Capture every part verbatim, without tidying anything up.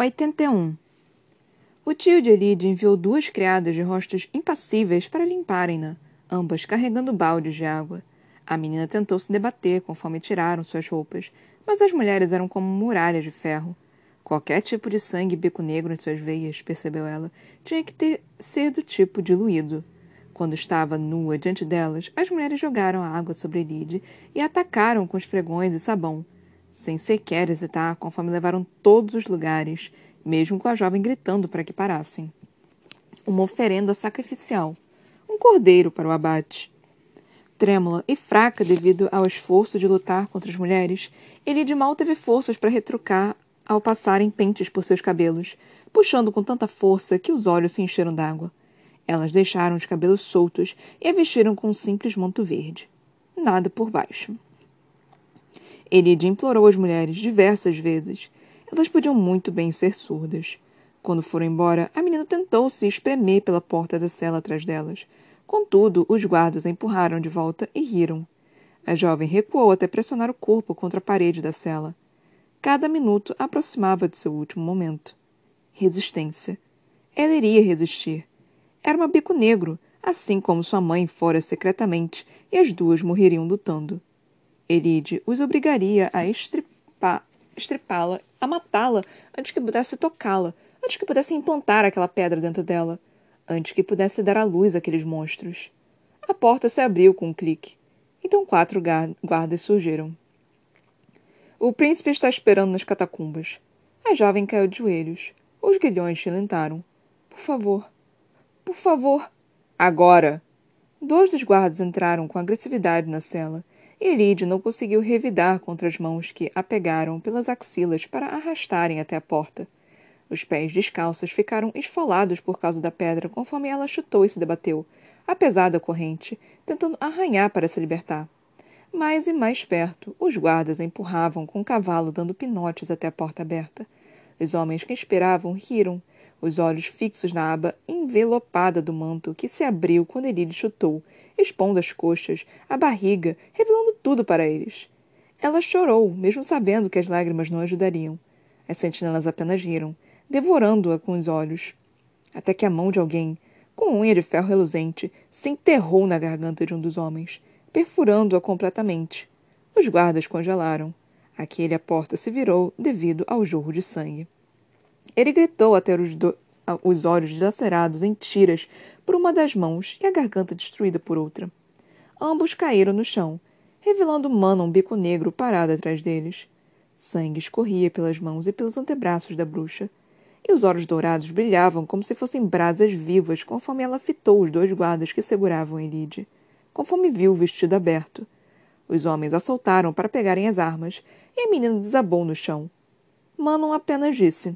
oitenta e um. O tio de Elide enviou duas criadas de rostos impassíveis para limparem-na, ambas carregando baldes de água. A menina tentou se debater conforme tiraram suas roupas, mas as mulheres eram como muralhas de ferro. Qualquer tipo de sangue bico negro em suas veias, percebeu ela, tinha que ter, ser do tipo diluído. Quando estava nua diante delas, as mulheres jogaram a água sobre Elide e a atacaram com esfregões e sabão, sem sequer hesitar, conforme levaram todos os lugares, mesmo com a jovem gritando para que parassem. Uma oferenda sacrificial. Um cordeiro para o abate. Trêmula e fraca devido ao esforço de lutar contra as mulheres, Elide mal teve forças para retrucar ao passarem pentes por seus cabelos, puxando com tanta força que os olhos se encheram d'água. Elas deixaram os cabelos soltos e a vestiram com um simples manto verde. Nada por baixo. Elide implorou às mulheres diversas vezes. Elas podiam muito bem ser surdas. Quando foram embora, a menina tentou se espremer pela porta da cela atrás delas. Contudo, os guardas a empurraram de volta e riram. A jovem recuou até pressionar o corpo contra a parede da cela. Cada minuto aproximava de seu último momento. Resistência. Ela iria resistir. Era uma bico negro, assim como sua mãe fora secretamente, e as duas morreriam lutando. Elide os obrigaria a estripar, estripá-la, a matá-la, antes que pudesse tocá-la, antes que pudesse implantar aquela pedra dentro dela, antes que pudesse dar à luz àqueles monstros. A porta se abriu com um clique. Então quatro guardas surgiram. O príncipe está esperando nas catacumbas. A jovem caiu de joelhos. Os grilhões tilintaram. Por favor. Por favor. Agora! Dois dos guardas entraram com agressividade na cela. E Elide não conseguiu revidar contra as mãos que a pegaram pelas axilas para arrastarem até a porta. Os pés descalços ficaram esfolados por causa da pedra conforme ela chutou e se debateu, apesar da corrente, tentando arranhar para se libertar. Mais e mais perto, os guardas a empurravam com o cavalo dando pinotes até a porta aberta. Os homens que esperavam riram, os olhos fixos na aba envelopada do manto que se abriu quando Elide chutou, expondo as coxas, a barriga, revelando tudo para eles. Ela chorou, mesmo sabendo que as lágrimas não ajudariam. As sentinelas apenas riram, devorando-a com os olhos. Até que a mão de alguém, com unha de ferro reluzente, se enterrou na garganta de um dos homens, perfurando-a completamente. Os guardas congelaram. Aquele a porta se virou devido ao jorro de sangue. Ele gritou até os, do... os olhos dilacerados em tiras por uma das mãos e a garganta destruída por outra. Ambos caíram no chão, revelando Manon um bico negro parado atrás deles. Sangue escorria pelas mãos e pelos antebraços da bruxa, e os olhos dourados brilhavam como se fossem brasas vivas conforme ela fitou os dois guardas que seguravam Elide, conforme viu o vestido aberto. Os homens a soltaram para pegarem as armas, e a menina desabou no chão. Manon apenas disse: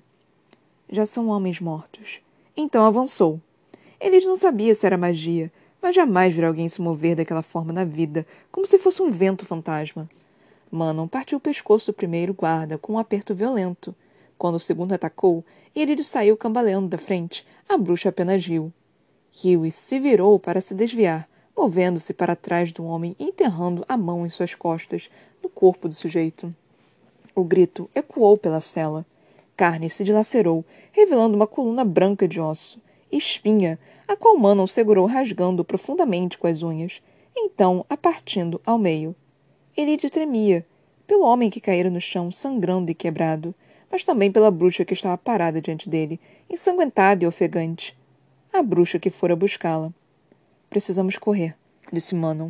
já são homens mortos. Então avançou. Elide não sabia se era magia, mas jamais viu alguém se mover daquela forma na vida, como se fosse um vento fantasma. Manon partiu o pescoço do primeiro guarda com um aperto violento. Quando o segundo atacou, e Elide saiu cambaleando da frente, a bruxa apenas riu. Riu e se virou para se desviar, movendo-se para trás do homem e enterrando a mão em suas costas, no corpo do sujeito. O grito ecoou pela cela. Carne se dilacerou, revelando uma coluna branca de osso, espinha, a qual Manon segurou rasgando profundamente com as unhas, então a partindo ao meio. Elide tremia, pelo homem que caíra no chão, sangrando e quebrado, mas também pela bruxa que estava parada diante dele, ensanguentada e ofegante. A bruxa que fora buscá-la. Precisamos correr, disse Manon.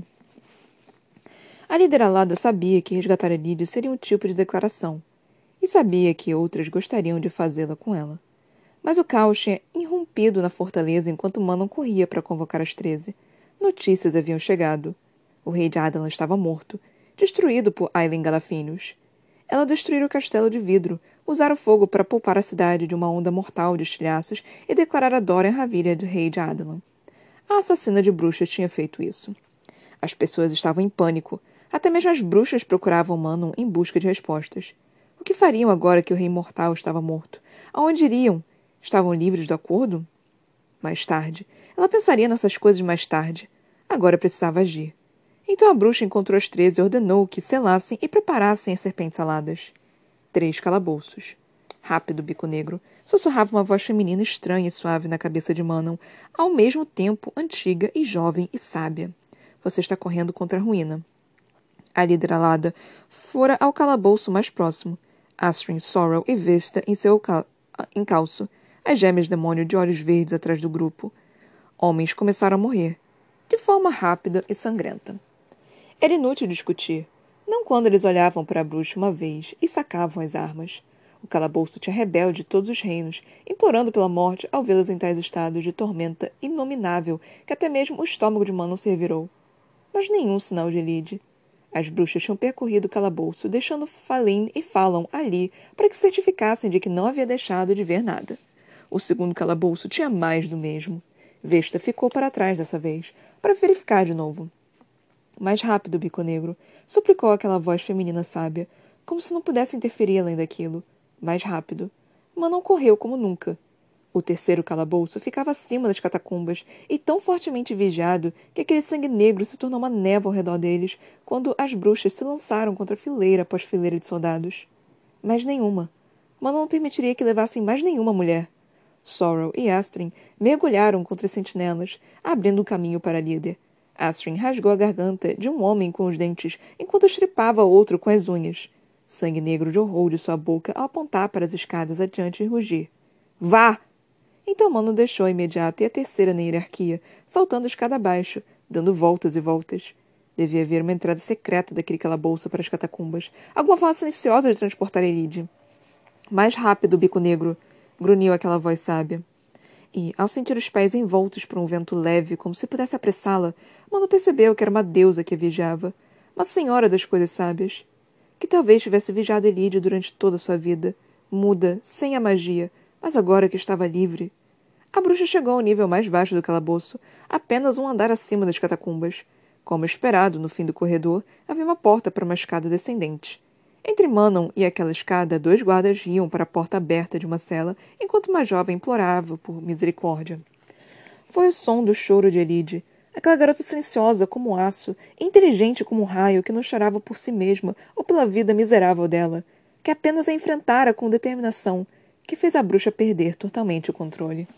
A líder alada sabia que resgatar Elide seria um tipo de declaração, e sabia que outras gostariam de fazê-la com ela. Mas o caos tinha irrompido na fortaleza enquanto Manon corria para convocar as treze. Notícias haviam chegado. O rei de Adelan estava morto, destruído por Aileen Galafinhos. Ela destruíra o castelo de vidro, usara o fogo para poupar a cidade de uma onda mortal de estilhaços e declarar a Dorian Ravilha do rei de Adelan. A assassina de bruxas tinha feito isso. As pessoas estavam em pânico. Até mesmo as bruxas procuravam Manon em busca de respostas. O que fariam agora que o rei mortal estava morto? Aonde iriam? Estavam livres do acordo? Mais tarde. Ela pensaria nessas coisas mais tarde. Agora precisava agir. Então a bruxa encontrou as treze e ordenou que selassem e preparassem as serpentes aladas. Três calabouços. Rápido, Bico Negro, sussurrava uma voz feminina estranha e suave na cabeça de Manon, ao mesmo tempo antiga e jovem e sábia. Você está correndo contra a ruína. A líder alada fora ao calabouço mais próximo. Astrid, Sorrel e Vesta em seu cal encalço, as gêmeas demônio de olhos verdes atrás do grupo. Homens começaram a morrer, de forma rápida e sangrenta. Era inútil discutir, não quando eles olhavam para a bruxa uma vez e sacavam as armas. O calabouço tinha rebelde de todos os reinos, implorando pela morte ao vê-las em tais estados de tormenta inominável que até mesmo o estômago de Manon se revirou. Mas nenhum sinal de Elide. As bruxas tinham percorrido o calabouço, deixando Falin e Fallon ali para que certificassem de que não havia deixado de ver nada. O segundo calabouço tinha mais do mesmo. Vesta ficou para trás dessa vez, para verificar de novo. Mais rápido, Bico Negro, suplicou aquela voz feminina sábia, como se não pudesse interferir além daquilo. Mais rápido. Manon correu como nunca. O terceiro calabouço ficava acima das catacumbas e tão fortemente vigiado que aquele sangue negro se tornou uma névoa ao redor deles quando as bruxas se lançaram contra fileira após fileira de soldados. Mais nenhuma. Manon não permitiria que levassem mais nenhuma mulher. Sorrel e Astrid mergulharam contra as sentinelas, abrindo o caminho para a líder. Astrid rasgou a garganta de um homem com os dentes, enquanto estripava outro com as unhas. Sangue negro jorrou de sua boca ao apontar para as escadas adiante e rugir. Vá! Então Manon deixou a imediata e a terceira na hierarquia, saltando escada abaixo, dando voltas e voltas. Devia haver uma entrada secreta daquele calabouço para as catacumbas, alguma forma silenciosa de transportar Elide. Mais rápido, Bico Negro! Grunhiu aquela voz sábia. E, ao sentir os pés envoltos por um vento leve, como se pudesse apressá-la, Manon percebeu que era uma deusa que a vigiava, uma senhora das coisas sábias, que talvez tivesse vigiado Elide durante toda a sua vida, muda, sem a magia, mas agora que estava livre. A bruxa chegou ao nível mais baixo do calabouço, apenas um andar acima das catacumbas. Como esperado, no fim do corredor, havia uma porta para uma escada descendente. Entre Manon e aquela escada, dois guardas riam para a porta aberta de uma cela, enquanto uma jovem implorava por misericórdia. Foi o som do choro de Elide, aquela garota silenciosa como um aço, inteligente como um raio que não chorava por si mesma ou pela vida miserável dela, que apenas a enfrentara com determinação, que fez a bruxa perder totalmente o controle.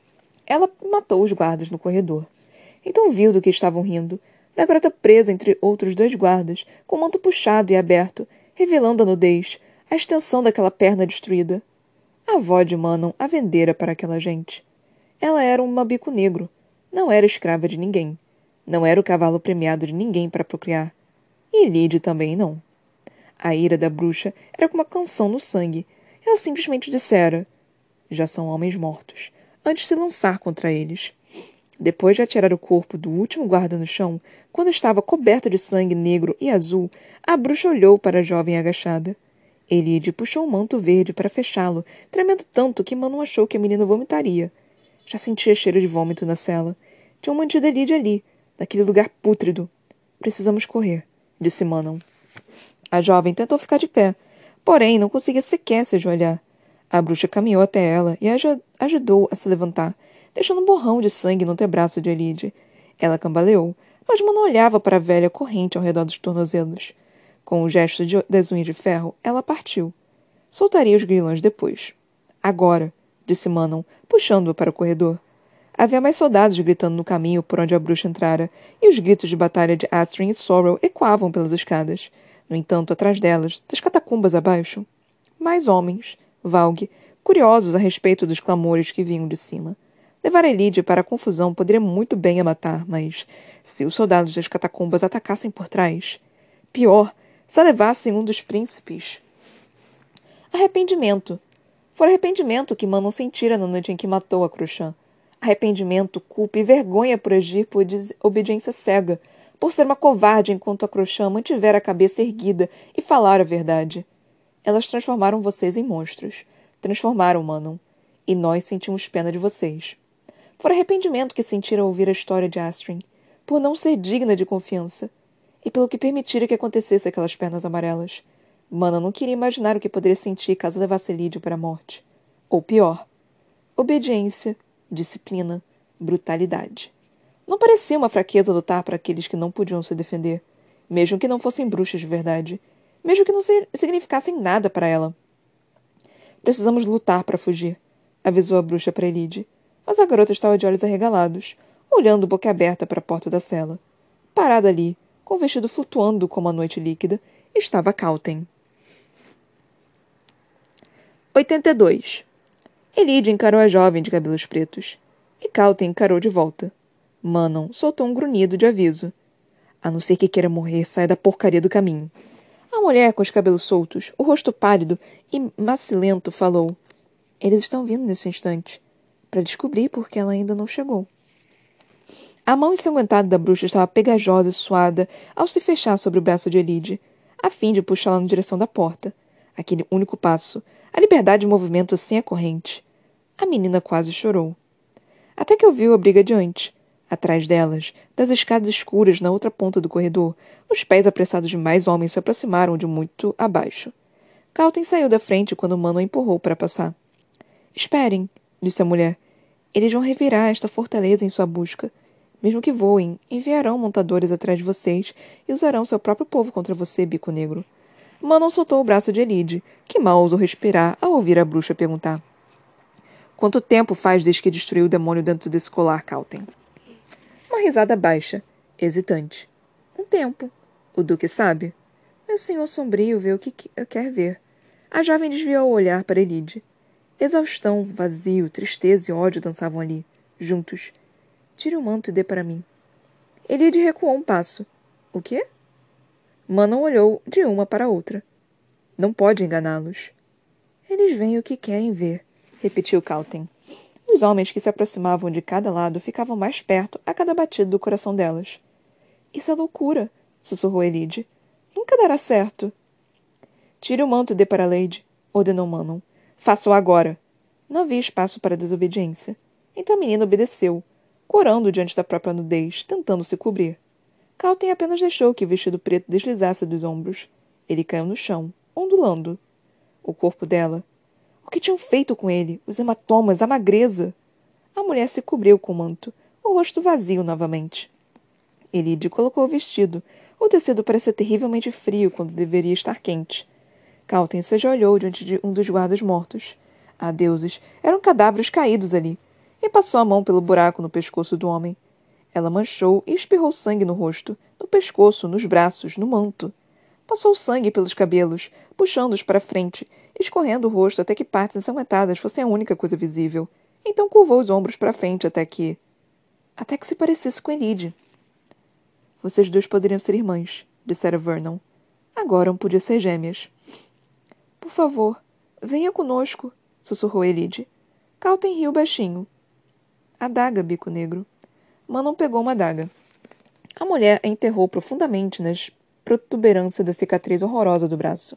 Ela matou os guardas no corredor. Então viu do que estavam rindo, da garota presa entre outros dois guardas, com o manto puxado e aberto, revelando a nudez, a extensão daquela perna destruída. A avó de Manon a vendera para aquela gente. Ela era uma Bico Negro. Não era escrava de ninguém. Não era o cavalo premiado de ninguém para procriar. E Elide também não. A ira da bruxa era como uma canção no sangue. Ela simplesmente dissera: já são homens mortos, antes de se lançar contra eles. Depois de atirar o corpo do último guarda no chão, quando estava coberto de sangue negro e azul, a bruxa olhou para a jovem agachada. Elide puxou o manto verde para fechá-lo, tremendo tanto que Manon achou que a menina vomitaria. Já sentia cheiro de vômito na cela. Tinham mantido Elide ali, naquele lugar pútrido. Precisamos correr, disse Manon. A jovem tentou ficar de pé, porém não conseguia sequer se ajoelhar. A bruxa caminhou até ela e a ajudou a se levantar, deixando um borrão de sangue no antebraço de Elide. Ela cambaleou, mas Manon olhava para a velha corrente ao redor dos tornozelos. Com um gesto de, das unhas de ferro, ela partiu. Soltaria os grilhões depois. Agora, disse Manon, puxando-o para o corredor. Havia mais soldados gritando no caminho por onde a bruxa entrara, e os gritos de batalha de Astrid e Sorrel ecoavam pelas escadas. No entanto, atrás delas, das catacumbas abaixo, mais homens, Valgue, curiosos a respeito dos clamores que vinham de cima. Levar Elide para a confusão poderia muito bem a matar, mas se os soldados das catacumbas atacassem por trás... Pior, se a levassem um dos príncipes... Arrependimento. Foi arrependimento que Manon sentira na noite em que matou a Cruchã. Arrependimento, culpa e vergonha por agir por obediência cega, por ser uma covarde enquanto a Cruchã mantivera a cabeça erguida e falar a verdade. Elas transformaram vocês em monstros. Transformaram Manon. E nós sentimos pena de vocês. Foi arrependimento que sentira ao ouvir a história de Astrid, por não ser digna de confiança, e pelo que permitira que acontecesse aquelas pernas amarelas. Manon não queria imaginar o que poderia sentir caso levasse Elide para a morte. Ou pior, obediência, disciplina, brutalidade. Não parecia uma fraqueza lutar para aqueles que não podiam se defender, mesmo que não fossem bruxas de verdade, mesmo que não significassem nada para ela. Precisamos lutar para fugir, avisou a bruxa para Elide. Mas a garota estava de olhos arregalados, olhando boquiaberta para a porta da cela. Parada ali, com o vestido flutuando como a noite líquida, estava Calten. oitenta e dois. Elide encarou a jovem de cabelos pretos. E Calten encarou de volta. Manon soltou um grunhido de aviso. A não ser que queira morrer, saia da porcaria do caminho. A mulher com os cabelos soltos, o rosto pálido e macilento, falou. Eles estão vindo nesse instante, para descobrir por que ela ainda não chegou. A mão ensanguentada da bruxa estava pegajosa e suada ao se fechar sobre o braço de Elide, a fim de puxá-la na direção da porta. Aquele único passo, a liberdade de movimento sem a corrente. A menina quase chorou. Até que ouviu a briga adiante. Atrás delas, das escadas escuras na outra ponta do corredor, os pés apressados de mais homens se aproximaram de muito abaixo. Calten saiu da frente quando Manon a empurrou para passar. Esperem, disse a mulher. Eles vão revirar esta fortaleza em sua busca. Mesmo que voem, enviarão montadores atrás de vocês e usarão seu próprio povo contra você, Bico Negro. Manon soltou o braço de Elide, que mal ousou respirar ao ouvir a bruxa perguntar. Quanto tempo faz desde que destruiu o demônio dentro desse colar, Calten? Uma risada baixa, hesitante. Um tempo. O Duque sabe? Meu senhor sombrio vê o que quer ver. A jovem desviou o olhar para Elide. Exaustão, vazio, tristeza e ódio dançavam ali, juntos. Tire o manto e dê para mim. Elide recuou um passo. O quê? Manon olhou de uma para a outra. Não pode enganá-los. Eles veem o que querem ver, repetiu Calten. Os homens que se aproximavam de cada lado ficavam mais perto a cada batida do coração delas. Isso é loucura, sussurrou Elide. Nunca dará certo. Tire o manto e dê para a Lady, ordenou Manon. Faça-o agora. Não havia espaço para desobediência. Então a menina obedeceu, corando diante da própria nudez, tentando se cobrir. Calten apenas deixou que o vestido preto deslizasse dos ombros. Ele caiu no chão, ondulando. O corpo dela... O que tinham feito com ele? Os hematomas, a magreza? A mulher se cobriu com o manto, o rosto vazio novamente. Elide colocou o vestido. O tecido parecia terrivelmente frio quando deveria estar quente. Calten se ajoelhou diante de um dos guardas mortos. Ah, deuses! Eram cadáveres caídos ali. E passou a mão pelo buraco no pescoço do homem. Ela manchou e espirrou sangue no rosto, no pescoço, nos braços, no manto. Passou sangue pelos cabelos, puxando-os para frente, escorrendo o rosto até que partes ensanguentadas fossem a única coisa visível. Então curvou os ombros para frente até que... Até que se parecesse com Elide. Vocês dois poderiam ser irmãs, dissera Vernon. Agora um podia ser gêmeas. Por favor, venha conosco, sussurrou Elide. Calten riu baixinho. A daga, Bico Negro. Manon pegou uma adaga. A mulher a enterrou profundamente nas protuberâncias da cicatriz horrorosa do braço.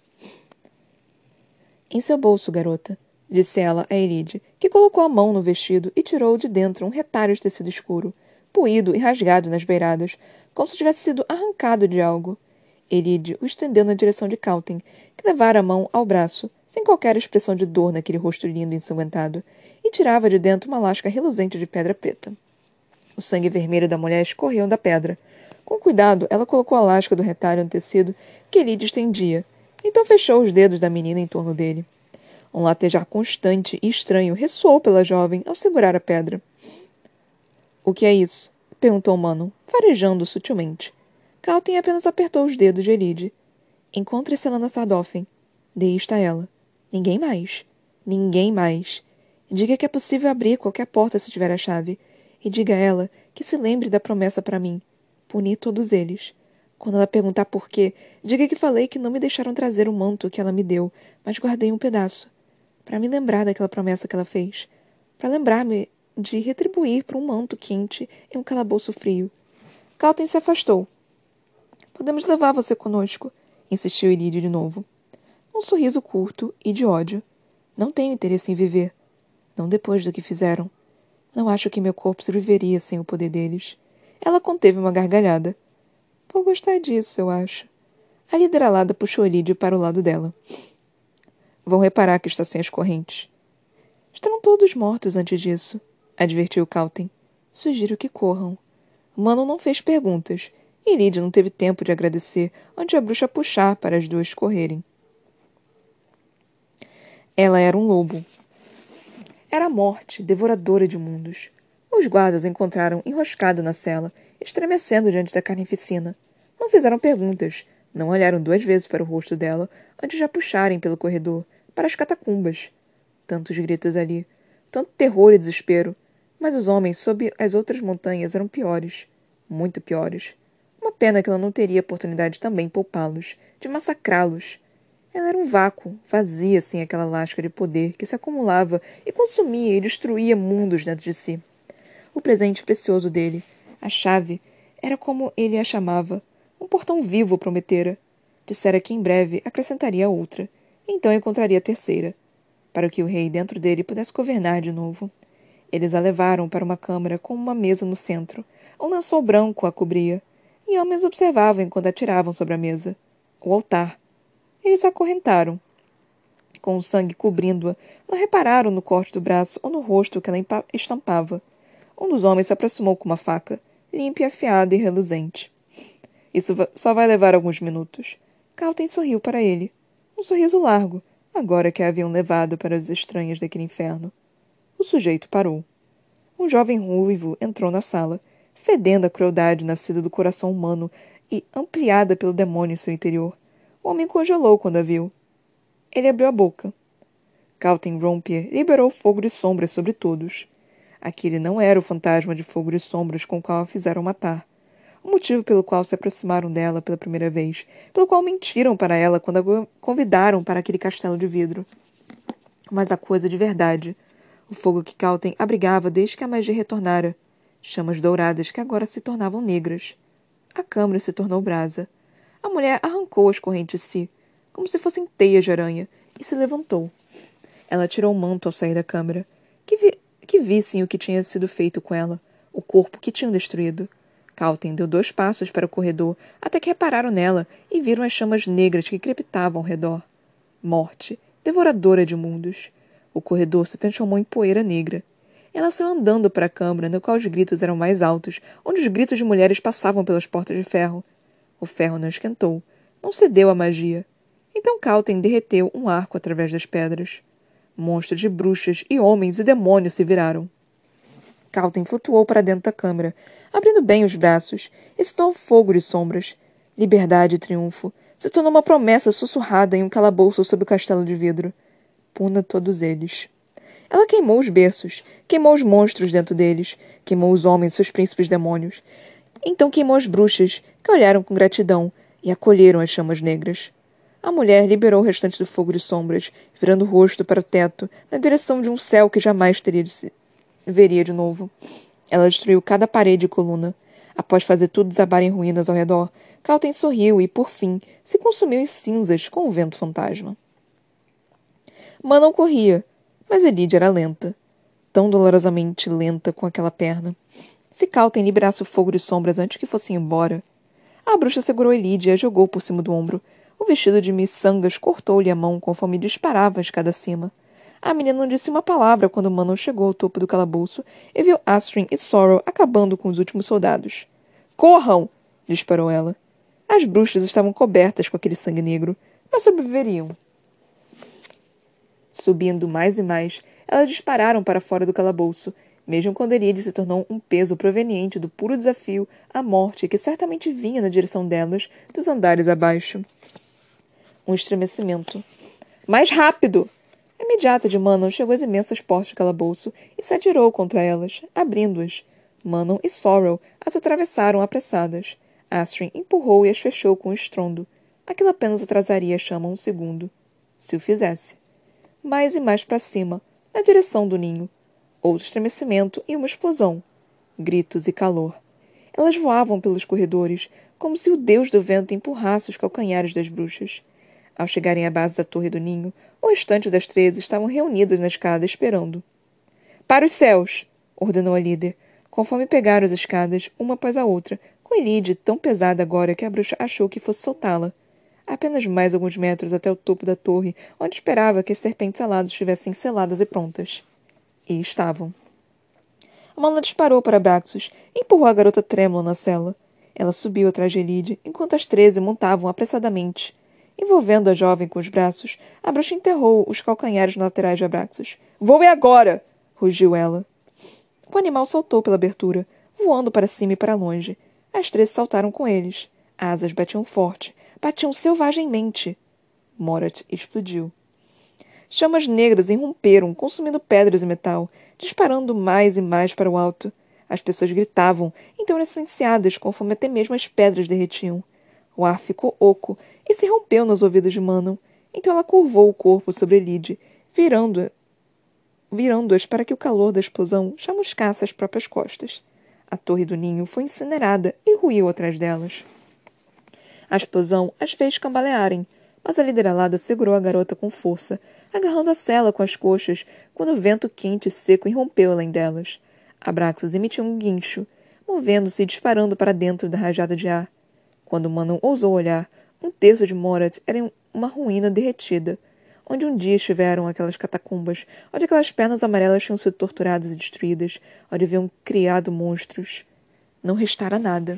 Em seu bolso, garota, disse ela a Elide, que colocou a mão no vestido e tirou de dentro um retalho de tecido escuro, poído e rasgado nas beiradas, como se tivesse sido arrancado de algo. Elide o estendeu na direção de Calten, que levara a mão ao braço, sem qualquer expressão de dor naquele rosto lindo e ensanguentado, e tirava de dentro uma lasca reluzente de pedra preta. O sangue vermelho da mulher escorreu da pedra. Com cuidado, ela colocou a lasca do retalho no tecido que Elide estendia, então fechou os dedos da menina em torno dele. Um latejar constante e estranho ressoou pela jovem ao segurar a pedra. — O que é isso? — perguntou Manon, farejando sutilmente. Calten apenas apertou os dedos de Elide. — Encontre Selana Sardoffen. Dê isto a ela. Ninguém mais. Ninguém mais. Diga que é possível abrir qualquer porta se tiver a chave. E diga a ela que se lembre da promessa para mim. Punir todos eles. Quando ela perguntar por quê, diga que falei que não me deixaram trazer o manto que ela me deu, mas guardei um pedaço. Para me lembrar daquela promessa que ela fez. Para lembrar-me de retribuir por um manto quente em um calabouço frio. Calten se afastou. Podemos levar você conosco, insistiu Elide de novo. Um sorriso curto e de ódio. Não tenho interesse em viver. Não depois do que fizeram. Não acho que meu corpo sobreviveria sem o poder deles. Ela conteve uma gargalhada. Vou gostar disso, eu acho. A lideralada puxou Elide para o lado dela. Vão reparar que está sem as correntes. Estarão todos mortos antes disso, advertiu Calten. Sugiro que corram. Manon não fez perguntas, e Elide não teve tempo de agradecer antes a bruxa puxar para as duas correrem. Ela era um lobo. Era a morte, devoradora de mundos. Os guardas a encontraram enroscada na cela, estremecendo diante da carnificina. Não fizeram perguntas, não olharam duas vezes para o rosto dela, antes de a puxarem pelo corredor, para as catacumbas. Tantos gritos ali, tanto terror e desespero. Mas os homens sob as outras montanhas eram piores. Muito piores. Uma pena que ela não teria oportunidade de também poupá-los, de massacrá-los. Ela era um vácuo, vazia sem aquela lasca de poder que se acumulava e consumia e destruía mundos dentro de si. O presente precioso dele, a chave, era como ele a chamava, um portão vivo prometera. Dissera que em breve acrescentaria outra, e então encontraria a terceira, para que o rei dentro dele pudesse governar de novo. Eles a levaram para uma câmara com uma mesa no centro. Um lençol branco a cobria, e homens observavam enquanto atiravam sobre a mesa. O altar. Eles a acorrentaram, com o sangue cobrindo-a. Não repararam no corte do braço ou no rosto que ela estampava. Um dos homens se aproximou com uma faca, limpa e afiada e reluzente. Isso só vai levar alguns minutos. Calten sorriu para ele. Um sorriso largo, agora que a haviam levado para as estranhas daquele inferno. O sujeito parou. Um jovem ruivo entrou na sala, fedendo a crueldade nascida do coração humano e ampliada pelo demônio em seu interior. O homem congelou quando a viu. Ele abriu a boca. Calten Rompier liberou fogo de sombras sobre todos. Aquele não era o fantasma de fogo de sombras com o qual a fizeram matar. O motivo pelo qual se aproximaram dela pela primeira vez, pelo qual mentiram para ela quando a convidaram para aquele castelo de vidro. Mas a coisa de verdade, o fogo que Calten abrigava desde que a magia retornara, chamas douradas que agora se tornavam negras. A câmara se tornou brasa. A mulher arrancou as correntes de si, como se fossem teias de aranha, e se levantou. Ela tirou o manto ao sair da câmara, que, vi que vissem o que tinha sido feito com ela, o corpo que tinham destruído. Calten deu dois passos para o corredor, até que repararam nela e viram as chamas negras que crepitavam ao redor. Morte, devoradora de mundos. O corredor se transformou em poeira negra. Ela saiu andando para a câmara, no qual os gritos eram mais altos, onde os gritos de mulheres passavam pelas portas de ferro. O ferro não esquentou, não cedeu à magia. Então Calten derreteu um arco através das pedras. Monstros de bruxas e homens e demônios se viraram. Calten flutuou para dentro da câmara, abrindo bem os braços, e se tornou fogo de sombras. Liberdade e triunfo. Se tornou uma promessa sussurrada em um calabouço sob o castelo de vidro. Puna todos eles. Ela queimou os berços, queimou os monstros dentro deles, queimou os homens, seus príncipes demônios. Então queimou as bruxas, que olharam com gratidão e acolheram as chamas negras. A mulher liberou o restante do fogo de sombras, virando o rosto para o teto, na direção de um céu que jamais teria de se... veria de novo. Ela destruiu cada parede e coluna. Após fazer tudo desabar em ruínas ao redor, Calten sorriu e, por fim, se consumiu em cinzas com o vento fantasma. Manon corria, mas Elide era lenta. Tão dolorosamente lenta com aquela perna. Se Calten liberasse o fogo de sombras antes que fossem embora... A bruxa segurou Elide e a jogou por cima do ombro. O vestido de miçangas cortou-lhe a mão conforme disparava a escada acima. A menina não disse uma palavra quando Manon chegou ao topo do calabouço e viu Astrid e Sorrow acabando com os últimos soldados. Corram! Disparou ela. As bruxas estavam cobertas com aquele sangue negro, mas sobreviveriam. Subindo mais e mais, elas dispararam para fora do calabouço, mesmo quando Elide se tornou um peso proveniente do puro desafio à morte que certamente vinha na direção delas dos andares abaixo. Um estremecimento. Mais rápido! A imediata de Manon chegou às imensas portas do calabouço e se atirou contra elas, abrindo-as. Manon e Sorrow as atravessaram apressadas. Astrid empurrou e as fechou com um estrondo. Aquilo apenas atrasaria a chama um segundo. Se o fizesse. Mais e mais para cima, na direção do ninho. Outro estremecimento e uma explosão. Gritos e calor. Elas voavam pelos corredores, como se o deus do vento empurrasse os calcanhares das bruxas. Ao chegarem à base da torre do ninho, o restante das treze estavam reunidas na escada esperando. Para os céus! Ordenou a líder, conforme pegaram as escadas, uma após a outra, com Elide tão pesada agora que a bruxa achou que fosse soltá-la. Apenas mais alguns metros até o topo da torre, onde esperava que as serpentes aladas estivessem seladas e prontas. E estavam. Amanda disparou para Braxos e empurrou a garota trêmula na cela. Ela subiu atrás de Elide, enquanto as treze montavam apressadamente. Envolvendo a jovem com os braços, a bruxa enterrou os calcanhares laterais de Abraxas. Voe agora! Rugiu ela. O animal saltou pela abertura, voando para cima e para longe. As três saltaram com eles. Asas batiam forte, batiam selvagemmente. Morat explodiu. Chamas negras irromperam, consumindo pedras e metal, disparando mais e mais para o alto. As pessoas gritavam, então eram silenciadas, conforme até mesmo as pedras derretiam. O ar ficou oco e se rompeu nos ouvidos de Manon. Então ela curvou o corpo sobre Elide, virando, virando-as para que o calor da explosão chamuscasse as próprias costas. A torre do ninho foi incinerada e ruiu atrás delas. A explosão as fez cambalearem, mas a líder alada segurou a garota com força, agarrando a cela com as coxas, quando o vento quente e seco irrompeu além delas. Abraxas emitiu um guincho, movendo-se e disparando para dentro da rajada de ar. Quando Manon ousou olhar, um terço de Morat era uma ruína derretida, onde um dia estiveram aquelas catacumbas, onde aquelas pernas amarelas tinham sido torturadas e destruídas, onde haviam criado monstros. Não restara nada.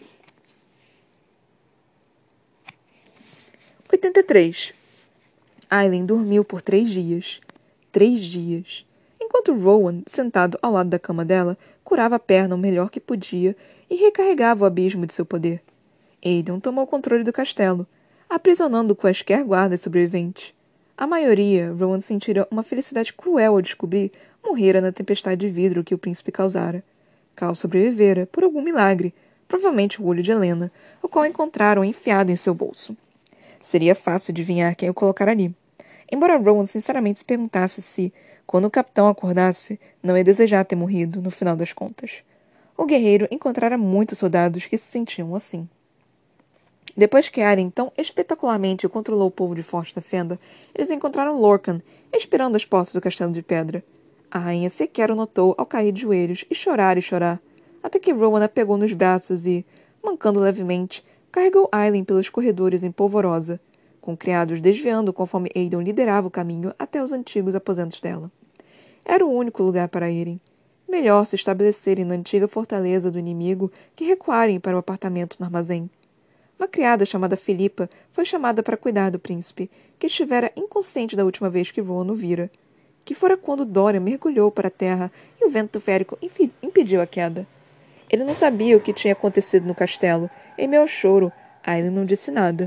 oitenta e três. Aileen dormiu por três dias. Três dias. Enquanto Rowan, sentado ao lado da cama dela, curava a perna o melhor que podia e recarregava o abismo de seu poder. Aidan tomou o controle do castelo, aprisionando quaisquer guardas sobreviventes. A maioria, Rowan sentira uma felicidade cruel ao descobrir, morrera na tempestade de vidro que o príncipe causara. Cal sobrevivera, por algum milagre, provavelmente o olho de Helena, o qual encontraram enfiado em seu bolso. Seria fácil adivinhar quem o colocara ali. Embora Rowan sinceramente se perguntasse se, quando o capitão acordasse, não ia desejar ter morrido, no final das contas. O guerreiro encontrara muitos soldados que se sentiam assim. Depois que Arryn tão espetacularmente controlou o povo de Forte da Fenda, eles encontraram Lorcan, esperando as portas do castelo de pedra. A rainha sequer o notou ao cair de joelhos e chorar e chorar, até que Rowan a pegou nos braços e, mancando levemente, carregou Aileen pelos corredores em polvorosa, com criados desviando conforme Aidan liderava o caminho até os antigos aposentos dela. Era o único lugar para irem. Melhor se estabelecerem na antiga fortaleza do inimigo que recuarem para o apartamento no armazém. Uma criada chamada Filipa foi chamada para cuidar do príncipe, que estivera inconsciente da última vez que Rowan o vira, que fora quando Dorian mergulhou para a terra e o vento férico impediu a queda. Ele não sabia o que tinha acontecido no castelo. Em meu choro, Aileen não disse nada.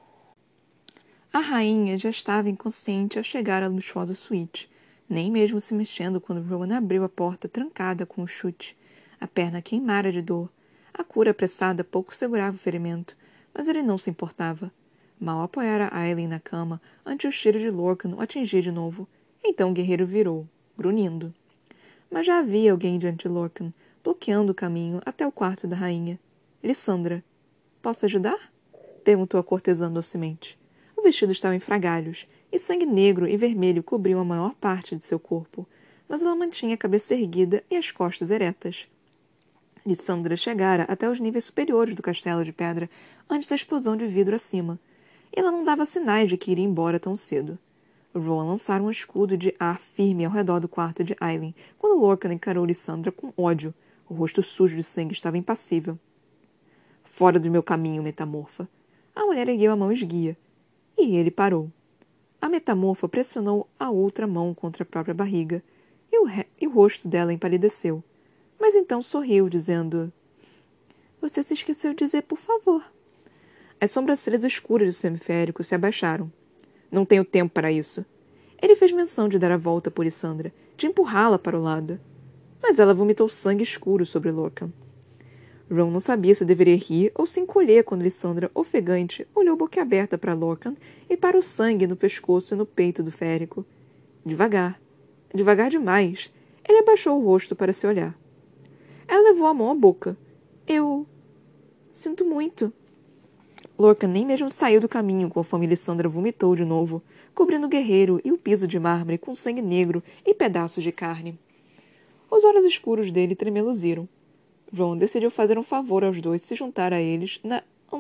A rainha já estava inconsciente ao chegar à luxuosa suíte, nem mesmo se mexendo quando Rowan abriu a porta trancada com um chute. A perna queimara de dor. A cura apressada pouco segurava o ferimento, mas ele não se importava. Mal apoiara Aileen na cama antes o cheiro de Lorcan o atingir de novo. Então o guerreiro virou, grunhindo. Mas já havia alguém diante de Lorcan, bloqueando o caminho até o quarto da rainha. Lissandra. Posso ajudar? Perguntou a cortesã docemente. O vestido estava em frangalhos, e sangue negro e vermelho cobriam a maior parte de seu corpo, mas ela mantinha a cabeça erguida e as costas eretas. Lissandra chegara até os níveis superiores do castelo de pedra antes da explosão de vidro acima, e ela não dava sinais de que iria embora tão cedo. Rowan lançara um escudo de ar firme ao redor do quarto de Aileen, quando Lorcan encarou Lissandra com ódio. O rosto sujo de sangue estava impassível. Fora do meu caminho, metamorfa. A mulher ergueu a mão esguia, e ele parou. A metamorfa pressionou a outra mão contra a própria barriga, e o, re... e o rosto dela empalideceu. Mas então sorriu, dizendo: Você se esqueceu de dizer por favor. As sobrancelhas escuras do semiférico se abaixaram. Não tenho tempo para isso. Ele fez menção de dar a volta por Lissandra, de empurrá-la para o lado. Mas ela vomitou sangue escuro sobre Lorcan. Ron não sabia se deveria rir ou se encolher quando Lissandra, ofegante, olhou boquiaberta para Lorcan e para o sangue no pescoço e no peito do férico. Devagar. Devagar demais. Ele abaixou o rosto para se olhar. Ela levou a mão à boca. Eu... sinto muito. Lorcan nem mesmo saiu do caminho conforme Lissandra vomitou de novo, cobrindo o guerreiro e o piso de mármore com sangue negro e pedaços de carne. Os olhos escuros dele tremeluziram. Ron decidiu fazer um favor aos dois se juntar a eles na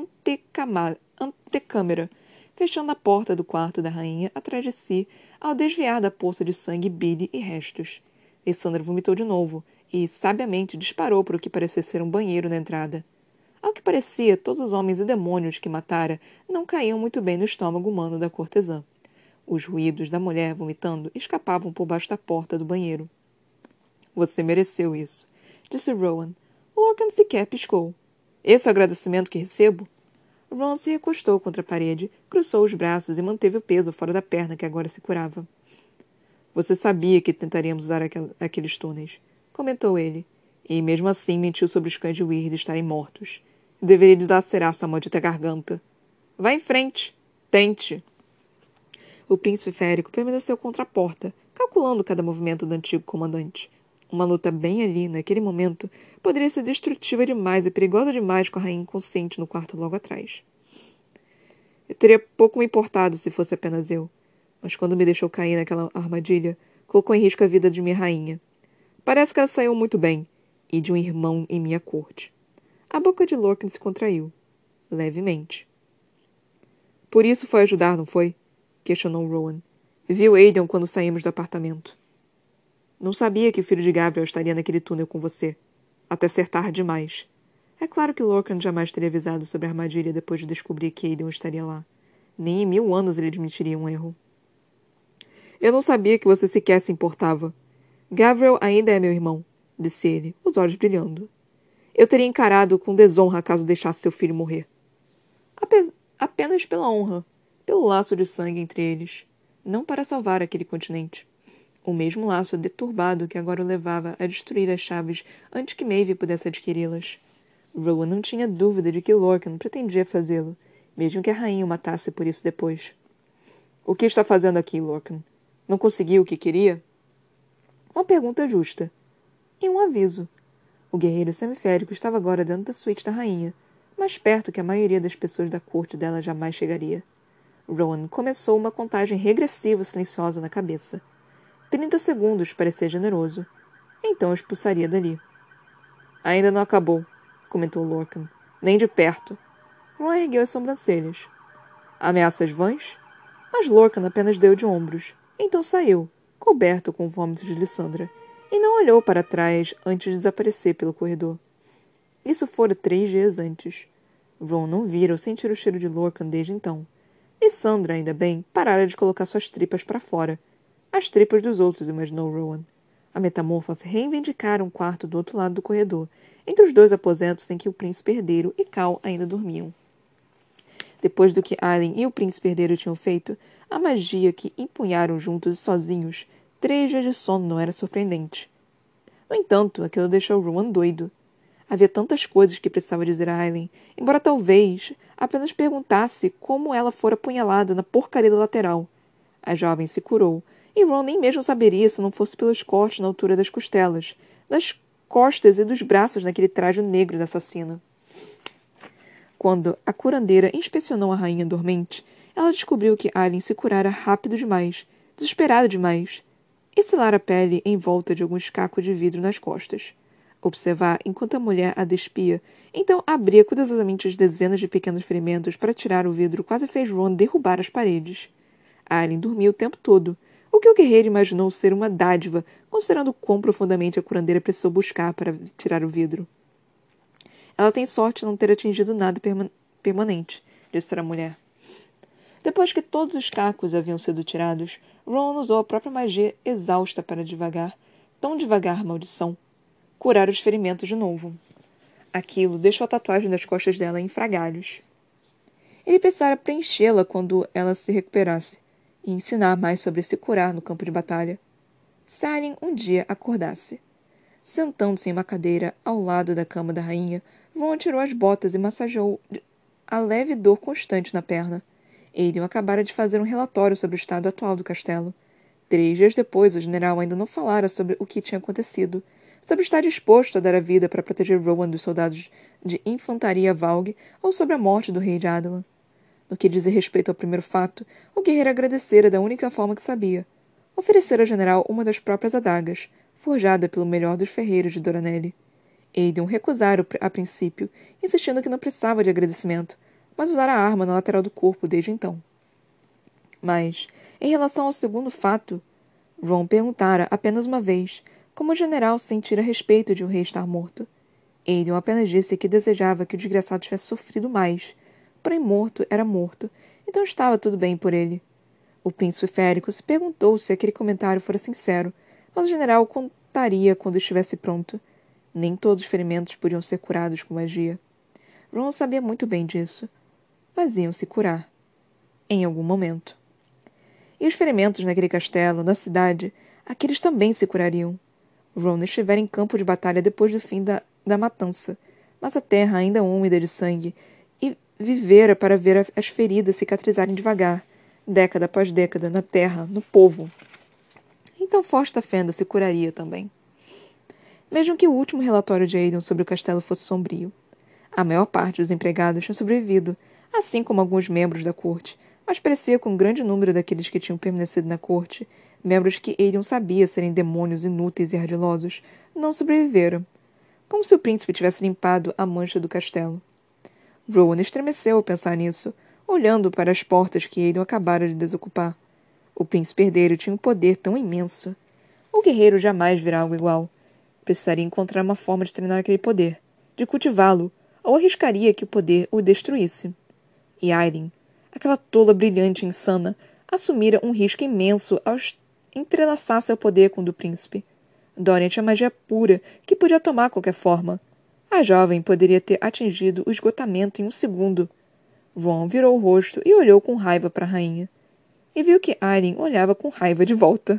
antecâmara, fechando a porta do quarto da rainha atrás de si ao desviar da poça de sangue, bile e restos. Lissandra vomitou de novo e, sabiamente, disparou para o que parecia ser um banheiro na entrada. Ao que parecia, todos os homens e demônios que matara não caíam muito bem no estômago humano da cortesã. Os ruídos da mulher vomitando escapavam por baixo da porta do banheiro. Você mereceu isso, disse Rowan. Lorcan sequer piscou. Esse é o agradecimento que recebo? Ron se recostou contra a parede, cruzou os braços e manteve o peso fora da perna que agora se curava. Você sabia que tentaríamos usar aquel aqueles túneis, comentou ele. E mesmo assim mentiu sobre os cães de Weird estarem mortos. Deveria deslacerar sua maldita garganta. Vá em frente. Tente. O príncipe férico permaneceu contra a porta, calculando cada movimento do antigo comandante. Uma luta bem ali, naquele momento, poderia ser destrutiva demais e perigosa demais com a rainha inconsciente no quarto logo atrás. Eu teria pouco me importado se fosse apenas eu, mas quando me deixou cair naquela armadilha, colocou em risco a vida de minha rainha. Parece que ela saiu muito bem, e de um irmão em minha corte. A boca de Lorcan se contraiu, levemente. Por isso foi ajudar, não foi? Questionou Rowan. Viu Aiden quando saímos do apartamento. Não sabia que o filho de Gabriel estaria naquele túnel com você. Até ser tarde demais. É claro que Lorcan jamais teria avisado sobre a armadilha depois de descobrir que Aiden estaria lá. Nem em mil anos ele admitiria um erro. Eu não sabia que você sequer se importava. Gabriel ainda é meu irmão, disse ele, os olhos brilhando. Eu teria encarado com desonra caso deixasse seu filho morrer. Ape- apenas pela honra, pelo laço de sangue entre eles. Não para salvar aquele continente. O mesmo laço deturbado que agora o levava a destruir as chaves antes que Maeve pudesse adquiri-las. Rowan não tinha dúvida de que Lorcan pretendia fazê-lo, mesmo que a rainha o matasse por isso depois. O que está fazendo aqui, Lorcan? Não conseguiu o que queria? Uma pergunta justa. E um aviso. O guerreiro semiférico estava agora dentro da suíte da rainha, mais perto que a maioria das pessoas da corte dela jamais chegaria. Rowan começou uma contagem regressiva silenciosa na cabeça. Trinta segundos parecia generoso. Então eu expulsaria dali. Ainda não acabou, comentou Lorcan. Nem de perto. Rowan ergueu as sobrancelhas. Ameaças vãs? Mas Lorcan apenas deu de ombros. Então saiu, coberto com vômitos de Lissandra, e não olhou para trás antes de desaparecer pelo corredor. Isso fora três dias antes. Ron não vira ou sentir o cheiro de Lorcan desde então. Lissandra, ainda bem, parara de colocar suas tripas para fora. As tripas dos outros, imaginou Rowan. A metamorfa reivindicara um quarto do outro lado do corredor, entre os dois aposentos em que o príncipe herdeiro e Cal ainda dormiam. Depois do que Aileen e o príncipe herdeiro tinham feito, a magia que empunharam juntos e sozinhos, três dias de sono não era surpreendente. No entanto, aquilo deixou Rowan doido. Havia tantas coisas que precisava dizer a Aileen, embora talvez apenas perguntasse como ela fora apunhalada na porcaria da lateral. A jovem se curou, e Ron nem mesmo saberia se não fosse pelos cortes na altura das costelas, das costas e dos braços naquele traje negro da assassina. Quando a curandeira inspecionou a rainha dormente, ela descobriu que Aileen se curara rápido demais, desesperada demais, e selara a pele em volta de alguns cacos de vidro nas costas. Observar enquanto a mulher a despia, então abria cuidadosamente as dezenas de pequenos ferimentos para tirar o vidro quase fez Ron derrubar as paredes. Aileen dormia o tempo todo, o que o guerreiro imaginou ser uma dádiva, considerando quão profundamente a curandeira precisou buscar para tirar o vidro. Ela tem sorte de não ter atingido nada perma permanente, disse a mulher. Depois que todos os cacos haviam sido tirados, Ron usou a própria magia exausta para devagar, tão devagar, maldição, curar os ferimentos de novo. Aquilo deixou a tatuagem das costas dela em frangalhos. Ele precisara preenchê-la quando ela se recuperasse, e ensinar mais sobre se curar no campo de batalha. Se Aileen um dia acordasse. Sentando-se em uma cadeira ao lado da cama da rainha, Ron tirou as botas e massageou a leve dor constante na perna. Aiden acabara de fazer um relatório sobre o estado atual do castelo. Três dias depois, o general ainda não falara sobre o que tinha acontecido, sobre estar disposto a dar a vida para proteger Rowan dos soldados de infantaria Valg ou sobre a morte do rei de Adelan. No que diz respeito ao primeiro fato, o guerreiro agradecera da única forma que sabia. Oferecer ao general uma das próprias adagas, forjada pelo melhor dos ferreiros de Doranelli. Aiden recusara a princípio, insistindo que não precisava de agradecimento, mas usara a arma na lateral do corpo desde então. Mas, em relação ao segundo fato, Ron perguntara apenas uma vez como o general sentira a respeito de o rei estar morto. Aiden apenas disse que desejava que o desgraçado tivesse sofrido mais. Porém, morto era morto, então estava tudo bem por ele. O príncipe férico se perguntou se aquele comentário fora sincero, mas o general contaria quando estivesse pronto. Nem todos os ferimentos podiam ser curados com magia. Ron sabia muito bem disso, mas iam se curar. Em algum momento. E os ferimentos naquele castelo, na cidade, aqueles também se curariam. Ron estivera em campo de batalha depois do fim da, da matança, mas a terra ainda úmida de sangue, e vivera para ver as feridas cicatrizarem devagar, década após década, na terra, no povo. Então Fosta Fenda se curaria também. Mesmo que o último relatório de Aiden sobre o castelo fosse sombrio. A maior parte dos empregados tinha sobrevivido, assim como alguns membros da corte, mas parecia com um grande número daqueles que tinham permanecido na corte, membros que Aiden sabia serem demônios inúteis e ardilosos, não sobreviveram. Como se o príncipe tivesse limpado a mancha do castelo. Rowan estremeceu ao pensar nisso, olhando para as portas que Aiden acabara de desocupar. O príncipe herdeiro tinha um poder tão imenso. O guerreiro jamais virá algo igual. Precisaria encontrar uma forma de treinar aquele poder, de cultivá-lo, ou arriscaria que o poder o destruísse. E Aileen, aquela tola brilhante e insana, assumira um risco imenso ao entrelaçar seu poder com o do príncipe. Dorian tinha magia pura, que podia tomar qualquer forma. A jovem poderia ter atingido o esgotamento em um segundo. Von virou o rosto e olhou com raiva para a rainha. E viu que Aileen olhava com raiva de volta.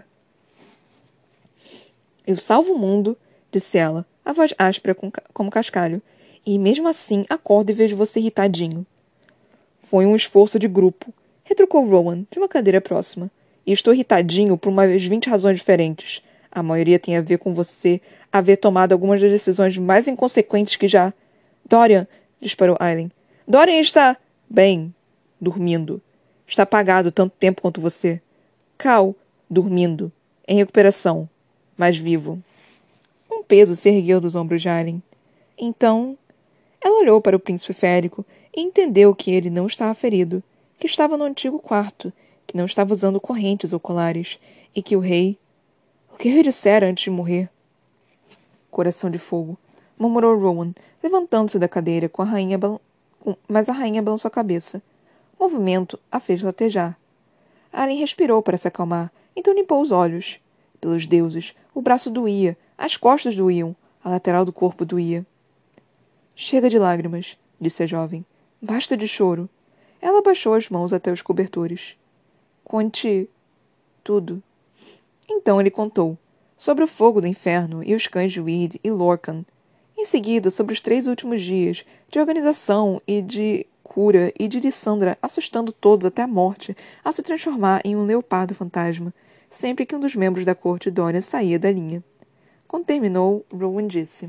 Eu salvo o mundo, disse ela, a voz áspera como cascalho. E mesmo assim acordo e vejo você irritadinho. Foi um esforço de grupo, retrucou Rowan, de uma cadeira próxima. E estou irritadinho por umas vinte razões diferentes. A maioria tem a ver com você haver tomado algumas das decisões mais inconsequentes que já... Dorian, disparou Aileen. Dorian está... bem, dormindo. Está apagado tanto tempo quanto você. Cal, dormindo, em recuperação, mas vivo. Um peso se ergueu dos ombros de Aileen. Então... Ela olhou para o príncipe férico e entendeu que ele não estava ferido, que estava no antigo quarto, que não estava usando correntes ou colares, e que o rei... O que ele dissera antes de morrer? Coração de fogo, murmurou Rowan, levantando-se da cadeira, com a rainha bal... com... mas a rainha balançou a cabeça. O movimento a fez latejar. Aileen respirou para se acalmar, então limpou os olhos. Pelos deuses, o braço doía, as costas doíam, a lateral do corpo doía. Chega de lágrimas, disse a jovem. Basta de choro. Ela abaixou as mãos até os cobertores. Conte tudo. Então ele contou, sobre o fogo do inferno e os cães de Weed e Lorcan. Em seguida, sobre os três últimos dias, de organização e de cura e de Lissandra assustando todos até a morte, a se transformar em um leopardo fantasma, sempre que um dos membros da corte Dorian saía da linha. Quando terminou, Rowan disse...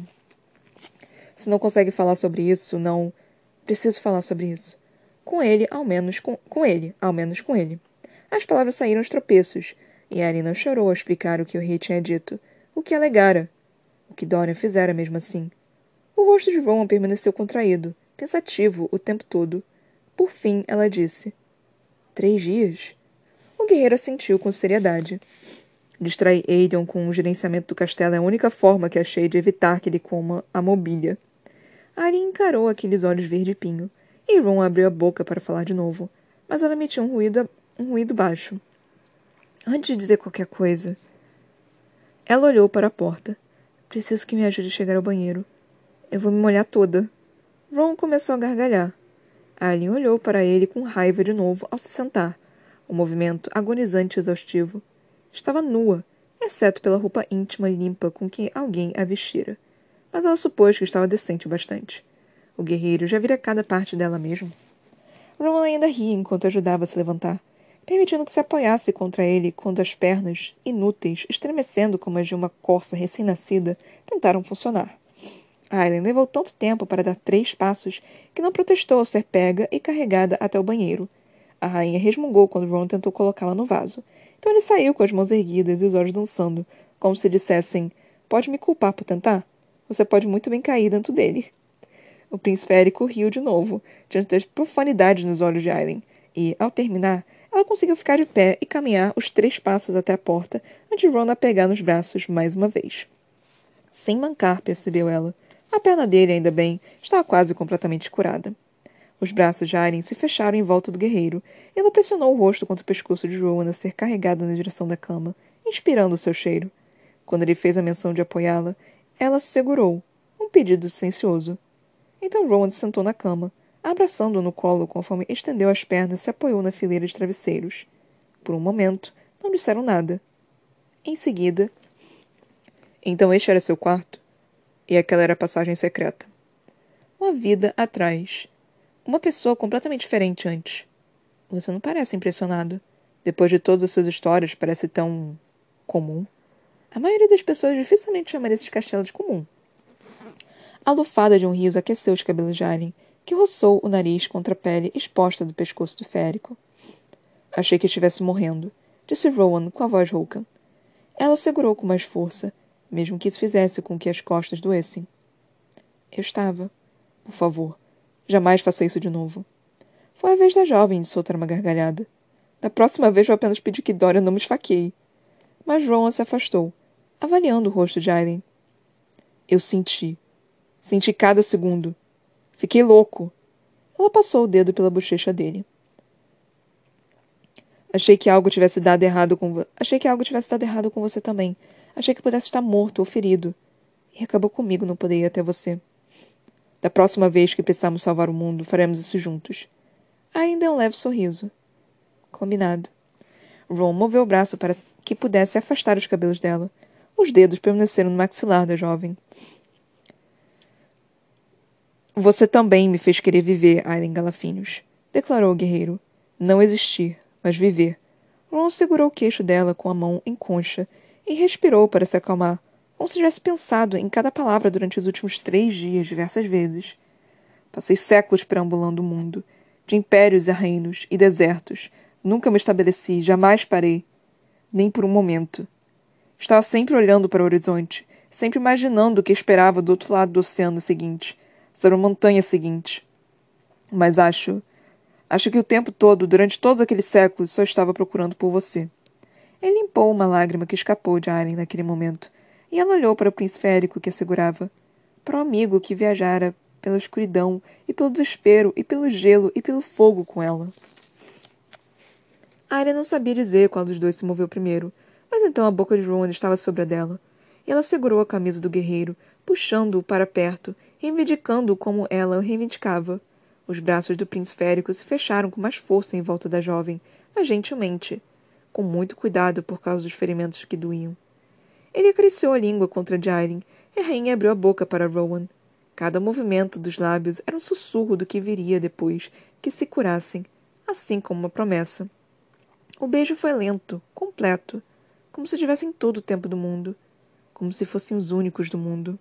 Se não consegue falar sobre isso, não... Preciso falar sobre isso. Com ele, ao menos com... Com ele, ao menos com ele. As palavras saíram aos tropeços, e Aileen não chorou ao explicar o que o rei tinha dito, o que alegara, o que Dorian fizera mesmo assim. O rosto de Rowan permaneceu contraído, pensativo o tempo todo. Por fim, ela disse... Três dias? O guerreiro assentiu com seriedade. Distrair Aiden com o gerenciamento do castelo é a única forma que achei de evitar que ele coma a mobília. Aileen encarou aqueles olhos verde-pinho, e Ron abriu a boca para falar de novo, mas ela emitiu um ruído, um ruído baixo. Antes de dizer qualquer coisa... Ela olhou para a porta. Preciso que me ajude a chegar ao banheiro. Eu vou me molhar toda. Ron começou a gargalhar. Aileen olhou para ele com raiva de novo ao se sentar, um movimento agonizante e exaustivo. Estava nua, exceto pela roupa íntima e limpa com que alguém a vestira. Mas ela supôs que estava decente o bastante. O guerreiro já vira cada parte dela mesmo. Rowan ainda ria enquanto ajudava a se levantar, permitindo que se apoiasse contra ele quando as pernas, inúteis, estremecendo como as de uma corça recém-nascida, tentaram funcionar. Aileen levou tanto tempo para dar três passos que não protestou ao ser pega e carregada até o banheiro. A rainha resmungou quando Ron tentou colocá-la no vaso. Então ele saiu com as mãos erguidas e os olhos dançando, como se dissessem, pode me culpar por tentar? Você pode muito bem cair dentro dele. O príncipe férico riu de novo, diante das profanidades nos olhos de Aileen, e, ao terminar, ela conseguiu ficar de pé e caminhar os três passos até a porta, antes de Ron a pegar nos braços mais uma vez. Sem mancar, percebeu ela. A perna dele, ainda bem, estava quase completamente curada. Os braços de Aileen se fecharam em volta do guerreiro, e ela pressionou o rosto contra o pescoço de Rowan a ser carregada na direção da cama, inspirando o seu cheiro. Quando ele fez a menção de apoiá-la, ela se segurou, um pedido silencioso. Então Rowan se sentou na cama, abraçando-o no colo conforme estendeu as pernas e se apoiou na fileira de travesseiros. Por um momento, não disseram nada. Em seguida... Então este era seu quarto? E aquela era a passagem secreta. Uma vida atrás. Uma pessoa completamente diferente antes. Você não parece impressionado. Depois de todas as suas histórias, parece tão... comum. A maioria das pessoas dificilmente chamaria esse castelo de comum. A lufada de um riso aqueceu os cabelos de Aileen, que roçou o nariz contra a pele exposta do pescoço do férico. Achei que estivesse morrendo, disse Rowan com a voz rouca. Ela o segurou com mais força, mesmo que isso fizesse com que as costas doessem. Eu estava. Por favor, jamais faça isso de novo. Foi a vez da jovem de soltar uma gargalhada. Da próxima vez vou apenas pedir que Dorian não me esfaqueie. Mas Rowan se afastou, avaliando o rosto de Aileen. Eu senti. Senti cada segundo. Fiquei louco. Ela passou o dedo pela bochecha dele. Achei que algo tivesse dado errado com vo... Achei que algo tivesse dado errado com você também. Achei que pudesse estar morto ou ferido. E acabou comigo não poder ir até você. Da próxima vez que precisarmos salvar o mundo, faremos isso juntos. Ainda é um leve sorriso. Combinado. Ron moveu o braço para que pudesse afastar os cabelos dela. Os dedos permaneceram no maxilar da jovem. Você também me fez querer viver, Aileen Galafinhos, declarou o guerreiro. Não existir, mas viver. Ron segurou o queixo dela com a mão em concha e respirou para se acalmar, como se tivesse pensado em cada palavra durante os últimos três dias diversas vezes. Passei séculos perambulando o mundo, de impérios e reinos e desertos. Nunca me estabeleci, jamais parei. Nem por um momento. Estava sempre olhando para o horizonte, sempre imaginando o que esperava do outro lado do oceano seguinte, sobre a montanha seguinte. Mas acho... Acho que o tempo todo, durante todos aqueles séculos, só estava procurando por você. Ele limpou uma lágrima que escapou de Aileen naquele momento, e ela olhou para o príncipe férico que a segurava, para o amigo que viajara pela escuridão, e pelo desespero, e pelo gelo, e pelo fogo com ela. Aileen não sabia dizer qual dos dois se moveu primeiro, mas então a boca de Rowan estava sobre a dela, e ela segurou a camisa do guerreiro, puxando-o para perto, reivindicando-o como ela o reivindicava. Os braços do príncipe férico se fecharam com mais força em volta da jovem, mas gentilmente, com muito cuidado por causa dos ferimentos que doíam. Ele acariciou a língua contra a de Aileen, e a rainha abriu a boca para Rowan. Cada movimento dos lábios era um sussurro do que viria depois que se curassem, assim como uma promessa. O beijo foi lento, completo, como se tivessem todo o tempo do mundo, como se fossem os únicos do mundo.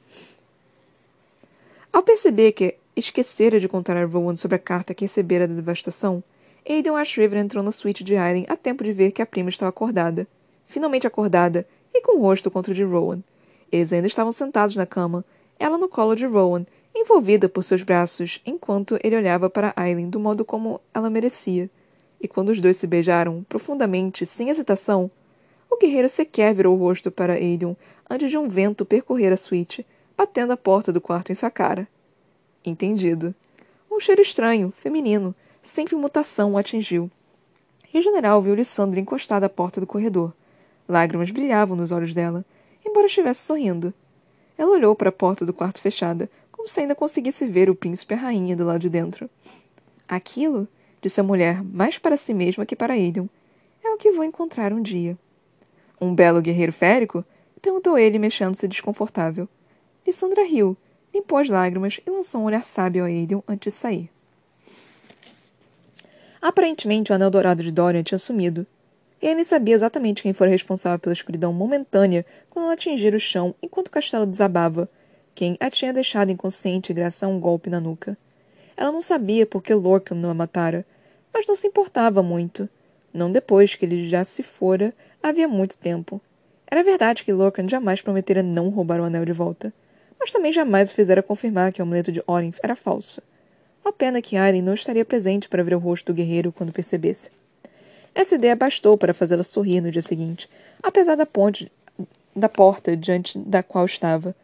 Ao perceber que esquecera de contar a Rowan sobre a carta que recebera da devastação, Aiden Ashriver entrou na suíte de Aileen a tempo de ver que a prima estava acordada, finalmente acordada, e com o rosto contra o de Rowan. Eles ainda estavam sentados na cama, ela no colo de Rowan, envolvida por seus braços, enquanto ele olhava para Aileen do modo como ela merecia. E quando os dois se beijaram, profundamente, sem hesitação, o guerreiro sequer virou o rosto para Aiden antes de um vento percorrer a suíte, batendo a porta do quarto em sua cara. Entendido. Um cheiro estranho, feminino, sempre em mutação o atingiu. E o general viu Lissandra encostada à porta do corredor. Lágrimas brilhavam nos olhos dela, embora estivesse sorrindo. Ela olhou para a porta do quarto fechada, como se ainda conseguisse ver o príncipe e a rainha do lado de dentro. Aquilo, disse a mulher, mais para si mesma que para Aiden, é o que vou encontrar um dia. Um belo guerreiro férico? Perguntou ele, mexendo-se desconfortável. Lissandra riu, limpou as lágrimas e lançou um olhar sábio a Aiden antes de sair. Aparentemente, o anel dourado de Dorian tinha sumido. E ele sabia exatamente quem fora responsável pela escuridão momentânea quando ela atingira o chão enquanto o castelo desabava, quem a tinha deixado inconsciente graças a um golpe na nuca. Ela não sabia por que Lorcan não a matara, mas não se importava muito. Não depois que ele já se fora havia muito tempo. Era verdade que Lorcan jamais prometera não roubar o anel de volta, mas também jamais o fizera confirmar que o amuleto de Orinth era falso. A pena que Aileen não estaria presente para ver o rosto do guerreiro quando percebesse. Essa ideia bastou para fazê-la sorrir no dia seguinte, apesar da ponte da porta diante da qual estava.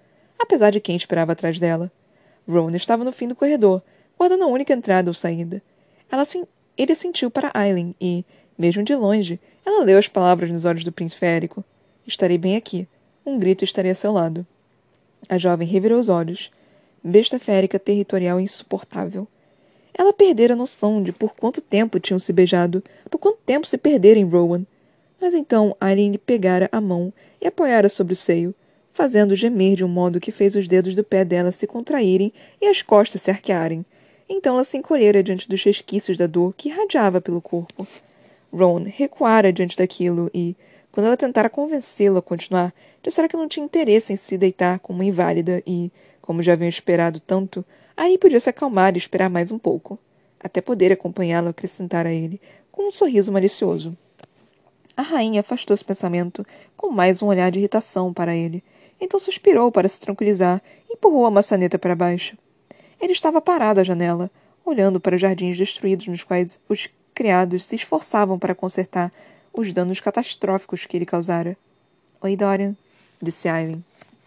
apesar de quem esperava atrás dela. Rowan estava no fim do corredor, guardando a única entrada ou saída. Ela se... Ele sentiu para Aileen e, mesmo de longe, ela leu as palavras nos olhos do príncipe férico. Estarei bem aqui. Um grito estaria a seu lado. A jovem revirou os olhos. Besta férica territorial e insuportável. Ela perdera a noção de por quanto tempo tinham se beijado, por quanto tempo se perdera em Rowan. Mas então Aileen lhe pegara a mão e apoiara sobre o seio, fazendo gemer de um modo que fez os dedos do pé dela se contraírem e as costas se arquearem. Então ela se encolhera diante dos resquícios da dor que irradiava pelo corpo. Rowan recuara diante daquilo e, quando ela tentara convencê-lo a continuar, dissera que não tinha interesse em se deitar com uma inválida e, como já haviam esperado tanto, aí podia se acalmar e esperar mais um pouco, até poder acompanhá-lo acrescentar a ele, com um sorriso malicioso. A rainha afastou esse pensamento com mais um olhar de irritação para ele. Então suspirou para se tranquilizar e empurrou a maçaneta para baixo. Ele estava parado à janela, olhando para os jardins destruídos nos quais os criados se esforçavam para consertar os danos catastróficos que ele causara. — Oi, Dorian — disse Aileen.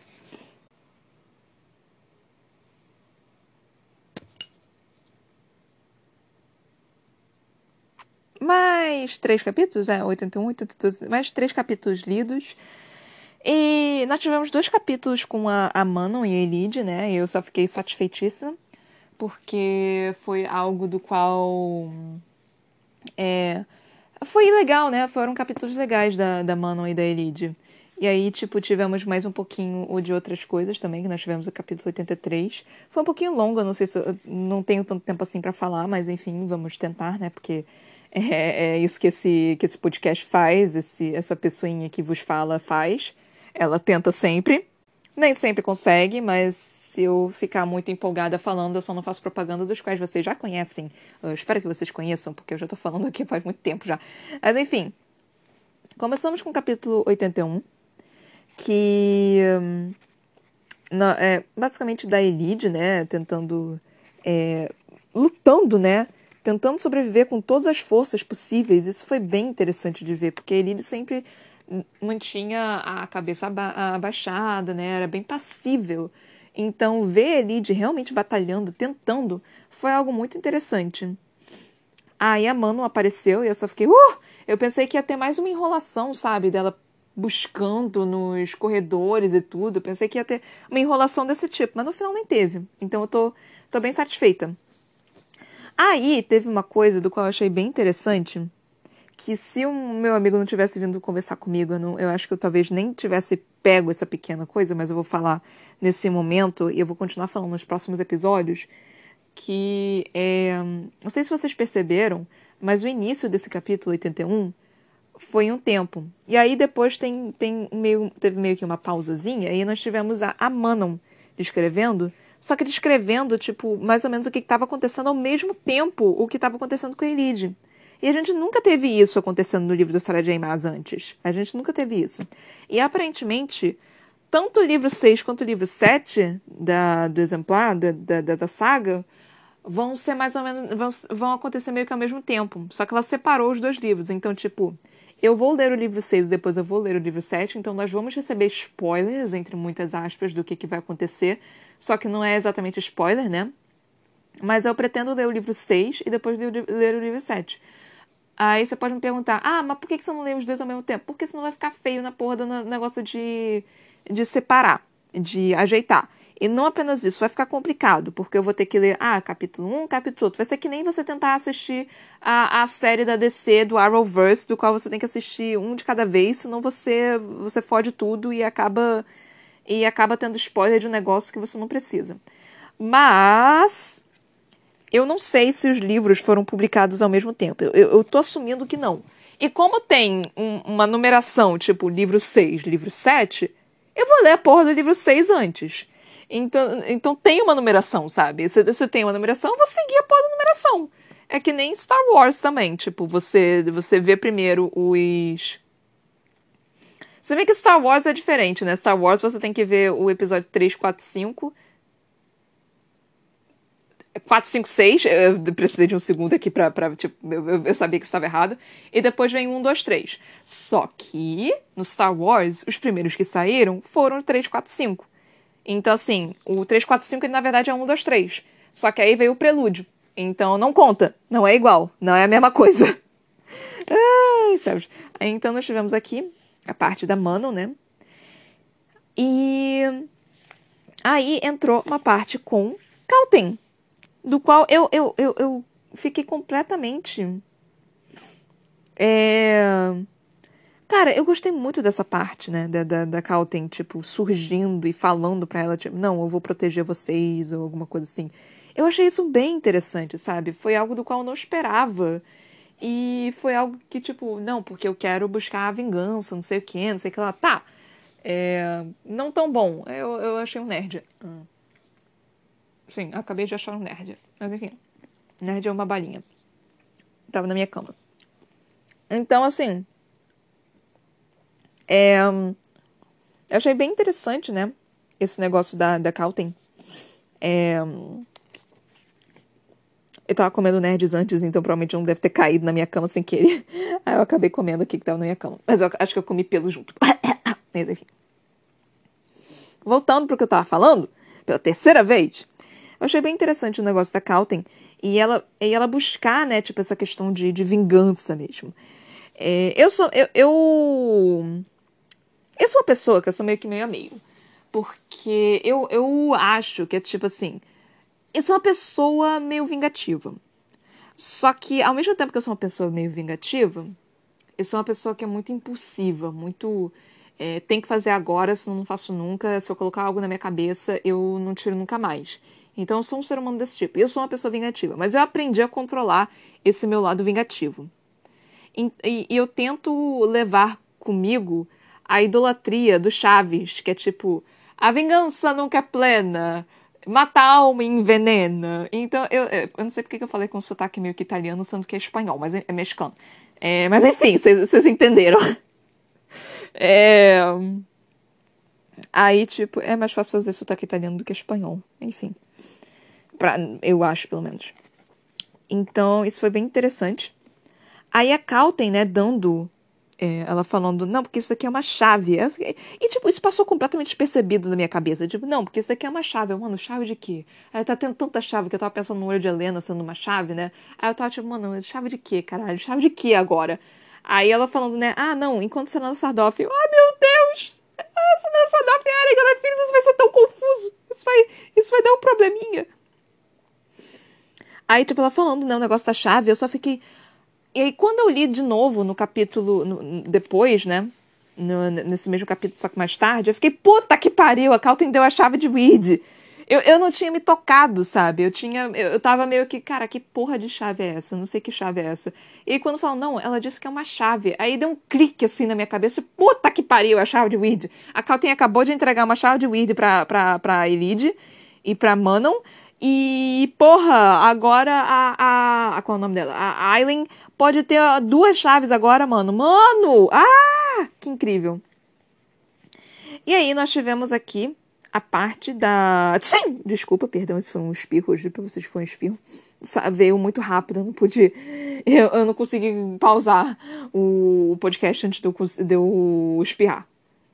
Mais três capítulos, é, oitenta e um, oitenta e dois, mais três capítulos lidos. E nós tivemos dois capítulos com a, a Manon e a Elide, né? E eu só fiquei satisfeitíssima, porque foi algo do qual... É, foi legal, né? Foram capítulos legais da, da Manon e da Elide. E aí, tipo, tivemos mais um pouquinho o de outras coisas também, que nós tivemos o capítulo oitenta e três. Foi um pouquinho longo, eu não sei se... Eu não tenho tanto tempo assim pra falar, mas enfim, vamos tentar, né? Porque é, é isso que esse, que esse podcast faz, esse, essa pessoinha que vos fala faz. Ela tenta sempre. Nem sempre consegue, mas se eu ficar muito empolgada falando, eu só não faço propaganda dos quais vocês já conhecem. Eu espero que vocês conheçam, porque eu já tô falando aqui faz muito tempo já. Mas enfim, começamos com o capítulo oitenta e um, que hum, na, é basicamente da Elide, né, tentando, é, lutando, né, tentando sobreviver com todas as forças possíveis. Isso foi bem interessante de ver, porque a Elide sempre mantinha a cabeça aba- abaixada, né? Era bem passível. Então, ver a Elide realmente batalhando, tentando, foi algo muito interessante. Aí a Manon apareceu e eu só fiquei... Uh! Eu pensei que ia ter mais uma enrolação, sabe? Dela buscando nos corredores e tudo. Eu pensei que ia ter uma enrolação desse tipo, mas no final nem teve. Então eu tô, tô bem satisfeita. Aí teve uma coisa do qual eu achei bem interessante, que se o meu amigo não tivesse vindo conversar comigo, eu, não, eu acho que eu talvez nem tivesse pego essa pequena coisa, mas eu vou falar nesse momento e eu vou continuar falando nos próximos episódios, que é... Não sei se vocês perceberam, mas o início desse capítulo oitenta e um foi um tempo. E aí depois tem, tem meio, teve meio que uma pausazinha, e aí nós tivemos a, a Manon descrevendo, só que descrevendo, tipo, mais ou menos o que estava acontecendo ao mesmo tempo o que estava acontecendo com a Elide. E a gente nunca teve isso acontecendo no livro da Sarah J. Maas antes. A gente nunca teve isso. E aparentemente, tanto o livro seis quanto o livro sete da, do exemplar, da, da, da saga, vão ser mais ou menos. Vão, vão acontecer meio que ao mesmo tempo. Só que ela separou os dois livros. Então, tipo, eu vou ler o livro seis e depois eu vou ler o livro sete. Então, nós vamos receber spoilers, entre muitas aspas, do que, que vai acontecer. Só que não é exatamente spoiler, né? Mas eu pretendo ler o livro seis e depois ler o livro sete. Aí você pode me perguntar, ah, mas por que você não lê os dois ao mesmo tempo? Porque senão vai ficar feio na porra do negócio de, de separar, de ajeitar. E não apenas isso, vai ficar complicado, porque eu vou ter que ler, ah, capítulo um, capítulo outro. Vai ser que nem você tentar assistir a, a série da D C, do Arrowverse, do qual você tem que assistir um de cada vez, senão você, você fode tudo e acaba, e acaba tendo spoiler de um negócio que você não precisa. Mas... eu não sei se os livros foram publicados ao mesmo tempo. Eu, eu, eu tô assumindo que não. E como tem um, uma numeração, tipo livro seis, livro sete, eu vou ler a porra do livro seis antes. Então, então tem uma numeração, sabe? Se, se tem uma numeração, eu vou seguir a porra da numeração. É que nem Star Wars também. Tipo, você, você vê primeiro os... Você vê que Star Wars é diferente, né? Star Wars você tem que ver o episódio três, quatro, cinco... quatro, cinco, seis, eu precisei de um segundo aqui pra, pra tipo, eu, eu sabia que estava errado, e depois vem um, dois, três. Só que, no Star Wars, os primeiros que saíram foram o três, quatro, cinco. Então, assim, o três quatro cinco, ele, na verdade, é um dois três. Só que aí veio o prelúdio. Então, não conta. Não é igual. Não é a mesma coisa. Ai, céus. Aí, então, nós tivemos aqui a parte da Manon, né? E aí entrou uma parte com Kalten, do qual eu, eu, eu, eu fiquei completamente... É... Cara, eu gostei muito dessa parte, né, da, da, da Kalten, tipo, surgindo e falando pra ela, tipo, não, eu vou proteger vocês, ou alguma coisa assim. Eu achei isso bem interessante, sabe? Foi algo do qual eu não esperava. E foi algo que, tipo, não, porque eu quero buscar a vingança, não sei o que, não sei o que lá. Tá, é... não tão bom. Eu, eu achei um nerd. Hum. Sim, acabei de achar um nerd. Mas enfim, nerd é uma balinha. Tava na minha cama. Então, assim... É... Eu achei bem interessante, né? Esse negócio da, da Kalten. É... Eu tava comendo nerds antes, então provavelmente não deve ter caído na minha cama sem querer. Aí eu acabei comendo aqui que tava na minha cama. Mas eu acho que eu comi pelo junto. Mas enfim. Voltando pro que eu tava falando, pela terceira vez, eu achei bem interessante o negócio da Kalten. E ela, e ela buscar, né, tipo, essa questão de, de vingança mesmo. É, eu sou... Eu, eu, eu sou uma pessoa que eu sou meio que meio a meio. Porque eu, eu acho que é tipo assim... Eu sou uma pessoa meio vingativa. Só que, ao mesmo tempo que eu sou uma pessoa meio vingativa, eu sou uma pessoa que é muito impulsiva, muito... É, tem que fazer agora, senão não faço nunca. Se eu colocar algo na minha cabeça, eu não tiro nunca mais. Então, eu sou um ser humano desse tipo. Eu sou uma pessoa vingativa, mas eu aprendi a controlar esse meu lado vingativo. E, e, e eu tento levar comigo a idolatria do Chaves, que é tipo... A vingança nunca é plena... Mata a alma e envenena. Então, eu, eu não sei porque que eu falei com sotaque meio que italiano, sendo que é espanhol, mas é, é mexicano. É, mas enfim, vocês entenderam. É, aí, tipo, é mais fácil fazer sotaque italiano do que espanhol. Enfim. Pra, eu acho, pelo menos. Então, isso foi bem interessante. Aí a Kalten, né, dando... É, ela falando, não, porque isso aqui é uma chave. Eu fiquei- E, tipo, isso passou completamente despercebido na minha cabeça. Tipo, não, porque isso aqui é uma chave. Eu, mano, chave de quê? Aí tá tendo tanta chave que eu tava pensando no olho de Helena sendo uma chave, né? Aí eu tava tipo, mano, chave de quê, caralho? Chave de quê agora? Aí ela falando, né, ah, não, enquanto você não é Sardoff. Eu, ah, meu Deus! Ah, você não é Sardoff, Eren, ela é filha, isso vai ser tão confuso. Isso vai, isso vai dar um probleminha. Aí, tipo, ela falando, né, o negócio da chave, eu só fiquei... E aí, quando eu li de novo no capítulo, no, depois, né, no, nesse mesmo capítulo, só que mais tarde, eu fiquei, puta que pariu, a Kalten deu a chave de Weed. Eu, eu não tinha me tocado, sabe? Eu tinha, eu, eu tava meio que, cara, que porra de chave é essa? Eu não sei que chave é essa. E aí, quando falam, não, ela disse que é uma chave. Aí deu um clique, assim, na minha cabeça, puta que pariu, a chave de Weed. A Kalten acabou de entregar uma chave de Weed pra, pra, pra Elide e pra Manon. E, porra, agora a, a, a... Qual é o nome dela? A Aileen pode ter duas chaves agora, mano. Mano! Ah! Que incrível. E aí nós tivemos aqui a parte da... Sim! Desculpa, perdão, isso foi um espirro. Eu juro pra vocês que foi um espirro. Veio muito rápido, eu não pude... Eu, eu não consegui pausar o podcast antes de eu, de eu espirrar.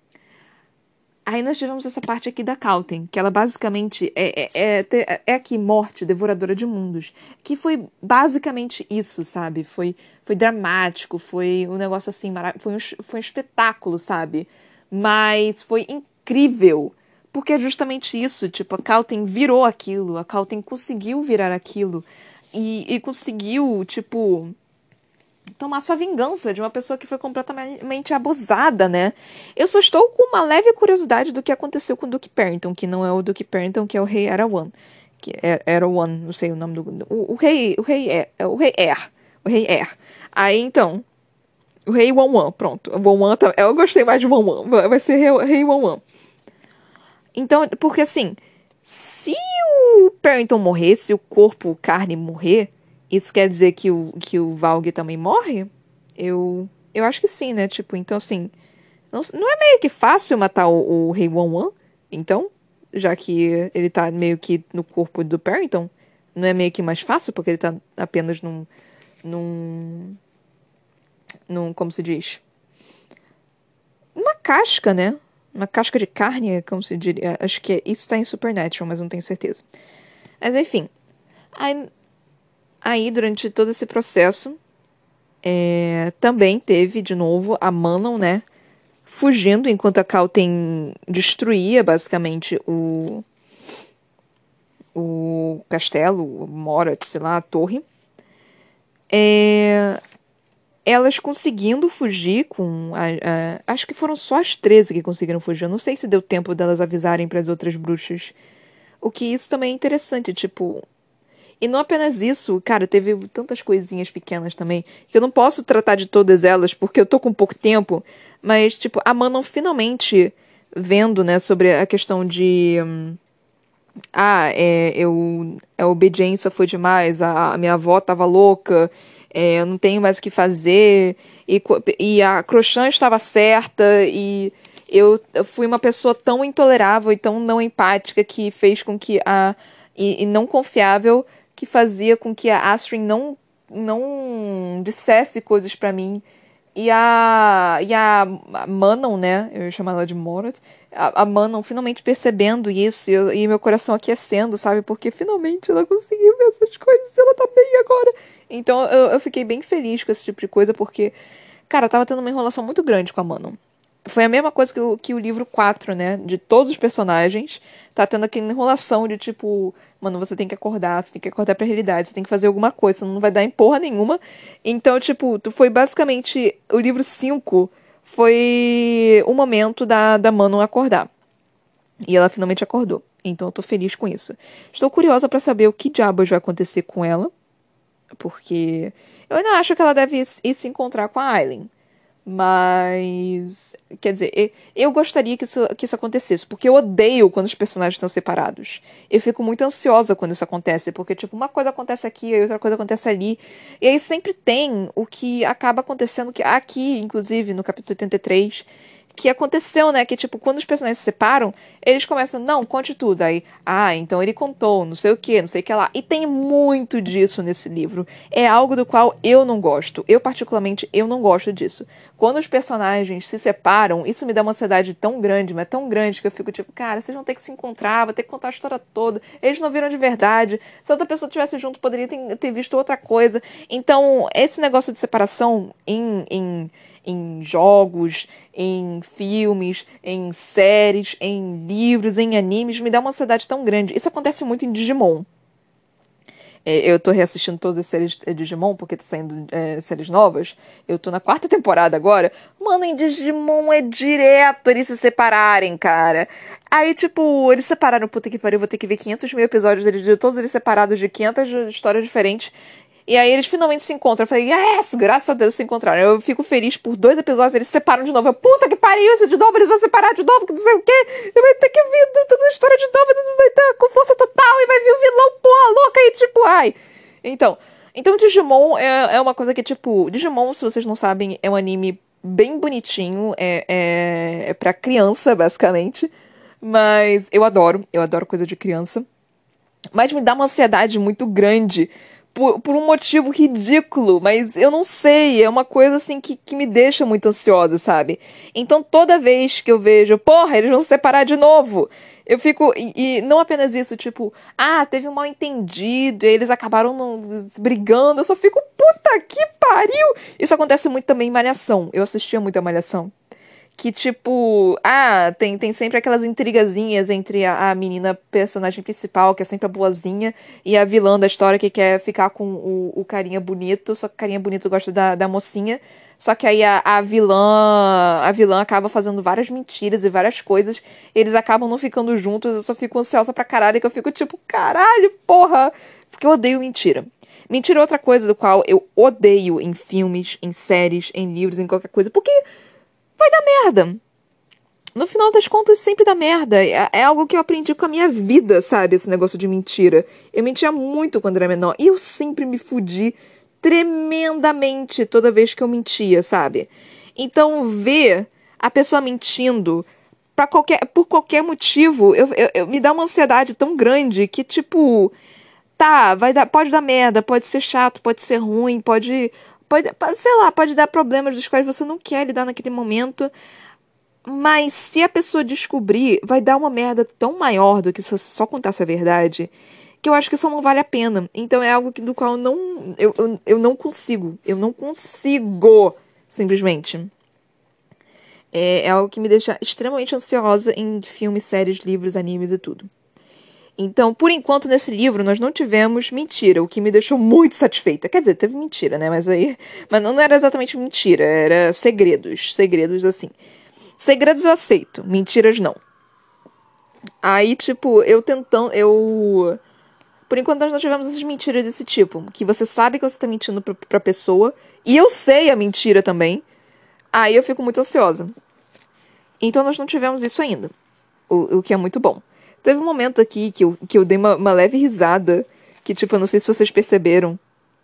Aí nós tivemos essa parte aqui da Kalten, que ela basicamente é, é, é, é aqui, morte, devoradora de mundos. Que foi basicamente isso, sabe? Foi, foi dramático, foi um negócio assim, foi um, foi um espetáculo, sabe? Mas foi incrível. Porque é justamente isso, tipo, a Kalten virou aquilo, a Kalten conseguiu virar aquilo. E, e conseguiu, tipo... tomar sua vingança de uma pessoa que foi completamente abusada, né? Eu só estou com uma leve curiosidade do que aconteceu com o Duke Perrington, que não é o Duke Perrington, que é o rei Erawan. Que é Erawan, não sei o nome do... O, o rei... O rei é... O rei Er. O rei Er. Aí, então... O rei Wan Wan, pronto. O Wan Wan, tá, eu gostei mais de Wan Wan. Vai ser rei, rei Wan Wan. Então, porque assim... Se o Perrington morrer, se o corpo, carne morrer... Isso quer dizer que o, que o Valg também morre? Eu, eu acho que sim, né? Tipo, então assim... Não, não é meio que fácil matar o, o Rei Wan Wan? Então, já que ele tá meio que no corpo do Perrington, não é meio que mais fácil? Porque ele tá apenas num... Num... num como se diz? Uma casca, né? uma casca de carne, como se diria. Acho que isso tá em Supernatural, mas não tenho certeza. Mas enfim. Aí, aí durante todo esse processo, é, também teve, de novo, a Manon, né? Fugindo enquanto a Cautem destruía, basicamente, o, o castelo, o Morat, sei lá, a torre. É, elas conseguindo fugir com... A, a, acho que foram só as treze que conseguiram fugir. Eu não sei se deu tempo delas avisarem para as outras bruxas. O que isso também é interessante, tipo... E não apenas isso, cara, teve tantas coisinhas pequenas também, que eu não posso tratar de todas elas, porque eu tô com pouco tempo, mas, tipo, a Manon finalmente vendo, né, sobre a questão de... Hum, ah, é, eu, a obediência foi demais, a, a minha avó tava louca, é, eu não tenho mais o que fazer, e, e a Crochã estava certa, e eu, eu fui uma pessoa tão intolerável e tão não empática que fez com que a... e, e não confiável, que fazia com que a Astrid não, não dissesse coisas pra mim. E a, e a Manon, né? Eu ia chamar ela de Morat. A, a Manon finalmente percebendo isso e, eu, e meu coração aquecendo, sabe? Porque finalmente ela conseguiu ver essas coisas e ela tá bem agora. Então eu, eu fiquei bem feliz com esse tipo de coisa porque, cara, eu tava tendo uma enrolação muito grande com a Manon. Foi a mesma coisa que o, que o livro quatro, né? De todos os personagens. Tá tendo aquela enrolação de tipo... Mano, você tem que acordar, você tem que acordar pra realidade, você tem que fazer alguma coisa, senão não vai dar em porra nenhuma. Então, tipo, tu foi basicamente... O livro cinco foi o momento da, da Manon acordar. E ela finalmente acordou. Então eu tô feliz com isso. Estou curiosa pra saber o que diabos vai acontecer com ela. Porque eu ainda acho que ela deve ir, ir se encontrar com a Aileen. Mas, quer dizer, eu gostaria que isso, que isso acontecesse, porque eu odeio quando os personagens estão separados. Eu fico muito ansiosa quando isso acontece, porque, tipo, uma coisa acontece aqui e outra coisa acontece ali. E aí sempre tem o que acaba acontecendo que aqui, inclusive, no capítulo oitenta e três, que aconteceu, né? Que, tipo, quando os personagens se separam, eles começam, não, conte tudo. Aí, ah, então ele contou, não sei o que, não sei o que lá. E tem muito disso nesse livro. É algo do qual eu não gosto. Eu, particularmente, eu não gosto disso. Quando os personagens se separam, isso me dá uma ansiedade tão grande, mas tão grande, que eu fico tipo, cara, vocês vão ter que se encontrar, vão ter que contar a história toda. Eles não viram de verdade. Se outra pessoa estivesse junto, poderia ter, ter visto outra coisa. Então, esse negócio de separação em... em em jogos, em filmes, em séries, em livros, em animes, me dá uma ansiedade tão grande. Isso acontece muito em Digimon. É, eu tô reassistindo todas as séries de Digimon, porque tá saindo é, séries novas. Eu tô na quarta temporada agora. Mano, em Digimon é direto eles se separarem, cara. Aí, tipo, eles separaram, puta que pariu, eu vou ter que ver quinhentos mil episódios deles, de todos eles separados de quinhentas histórias diferentes. E aí eles finalmente se encontram. Eu falei, yes, graças a Deus se encontraram. Eu fico feliz por dois episódios, eles se separam de novo. Eu, puta que pariu, isso de novo, eles vão se separar de novo, que não sei o quê. Eu vai ter que vir toda a história de novo, eles vai estar com força total e vai vir o vilão, porra louca e tipo, ai. Então, então Digimon é, é uma coisa que, tipo, Digimon, se vocês não sabem, é um anime bem bonitinho, é, é, é pra criança, basicamente. Mas eu adoro, eu adoro coisa de criança. Mas me dá uma ansiedade muito grande por, por um motivo ridículo, mas eu não sei, é uma coisa assim que, que me deixa muito ansiosa, sabe? Então toda vez que eu vejo, porra, eles vão se separar de novo, eu fico, e, e não apenas isso, tipo, ah, teve um mal entendido, e eles acabaram não, brigando, eu só fico, puta que pariu! Isso acontece muito também em Malhação, eu assistia muito a Malhação. Que, tipo, ah, tem, tem sempre aquelas intrigazinhas entre a, a menina personagem principal, que é sempre a boazinha, e a vilã da história que quer ficar com o, o carinha bonito, só que o carinha bonito gosta da, da mocinha. Só que aí a, a vilã a vilã acaba fazendo várias mentiras e várias coisas, e eles acabam não ficando juntos, eu só fico ansiosa pra caralho, que eu fico tipo, caralho, porra! Porque eu odeio mentira. Mentira é outra coisa do qual eu odeio em filmes, em séries, em livros, em qualquer coisa, porque vai dar merda. No final das contas, sempre dá merda. É, é algo que eu aprendi com a minha vida, sabe? Esse negócio de mentira. Eu mentia muito quando era menor. E eu sempre me fudi tremendamente toda vez que eu mentia, sabe? Então, ver a pessoa mentindo pra qualquer, por qualquer motivo, eu, eu, eu- me dá uma ansiedade tão grande que, tipo, tá, vai dar, pode dar merda, pode ser chato, pode ser ruim, pode, pode, pode, sei lá, pode dar problemas dos quais você não quer lidar naquele momento. Mas se a pessoa descobrir, vai dar uma merda tão maior do que se você só contasse a verdade, que eu acho que isso não vale a pena. Então é algo que, do qual eu não, eu, eu, eu não consigo. Eu não consigo, simplesmente. É, é algo que me deixa extremamente ansiosa em filmes, séries, livros, animes e tudo. Então, por enquanto, nesse livro, nós não tivemos mentira, o que me deixou muito satisfeita. Quer dizer, teve mentira, né? Mas aí. Mas não era exatamente mentira, era segredos. Segredos assim. Segredos eu aceito, mentiras não. Aí, tipo, eu tentando. Eu. Por enquanto, nós não tivemos essas mentiras desse tipo. Que você sabe que você tá mentindo pra, pra pessoa. E eu sei a mentira também. Aí eu fico muito ansiosa. Então, nós não tivemos isso ainda. O, o que é muito bom. Teve um momento aqui que eu, que eu dei uma, uma leve risada. Que, tipo, eu não sei se vocês perceberam.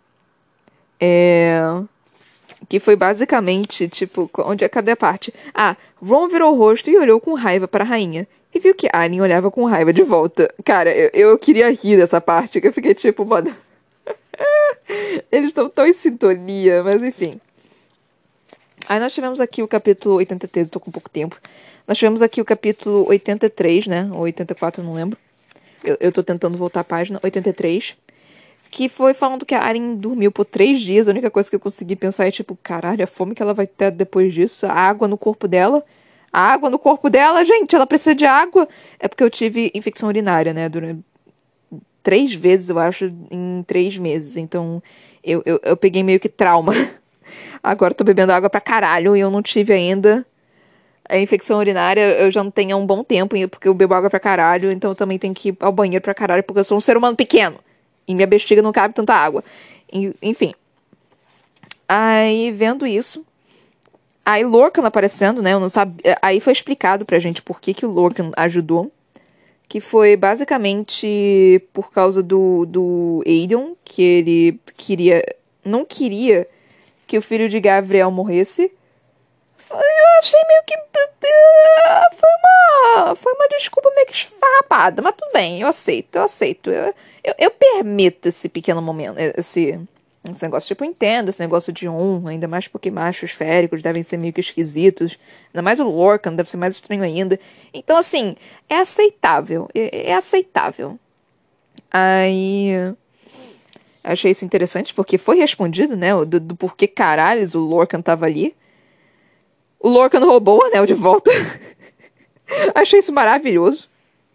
É. Que foi basicamente, tipo, onde é cadê a parte? Ah, Ron virou o rosto e olhou com raiva para a rainha. E viu que Arya olhava com raiva de volta. Cara, eu, eu queria rir dessa parte, que eu fiquei tipo, mano. Eles estão tão em sintonia, mas enfim. Aí nós tivemos aqui o capítulo oitenta e três, eu tô com pouco tempo. Nós tivemos aqui o capítulo oitenta e três, né? Ou oitenta e quatro, eu não lembro. Eu, eu tô tentando voltar a página. oitenta e três. Que foi falando que a Arya dormiu por três dias. A única coisa que eu consegui pensar é tipo, caralho, a fome que ela vai ter depois disso. A água no corpo dela. A água no corpo dela, gente, ela precisa de água. É porque eu tive infecção urinária, né? Durante três vezes, eu acho, em três meses. Então, eu, eu, eu peguei meio que trauma. Agora eu tô bebendo água pra caralho e eu não tive ainda a infecção urinária. Eu já não tenho há um bom tempo, porque eu bebo água pra caralho. Então eu também tenho que ir ao banheiro pra caralho, porque eu sou um ser humano pequeno. E minha bexiga não cabe tanta água. Enfim. Aí, vendo isso. Aí, Lorcan aparecendo, né? Eu não sabia. Aí foi explicado pra gente por que, que o Lorcan ajudou. Que foi basicamente por causa do, do Aegon, que ele queria. Não queria que o filho de Gabriel morresse. Eu achei meio que. Foi uma. Foi uma desculpa meio que esfarrapada. Mas tudo bem, eu aceito, eu aceito. Eu, eu, eu permito esse pequeno momento. Esse, esse negócio, tipo, eu entendo esse negócio de honra, ainda mais porque machos féricos devem ser meio que esquisitos. Ainda mais o Lorcan deve ser mais estranho ainda. Então, assim, é aceitável. É, é aceitável. Aí. Achei isso interessante, porque foi respondido, né? Do, do porquê caralhos o Lorcan tava ali. O Lorcan roubou o anel de volta. Achei isso maravilhoso.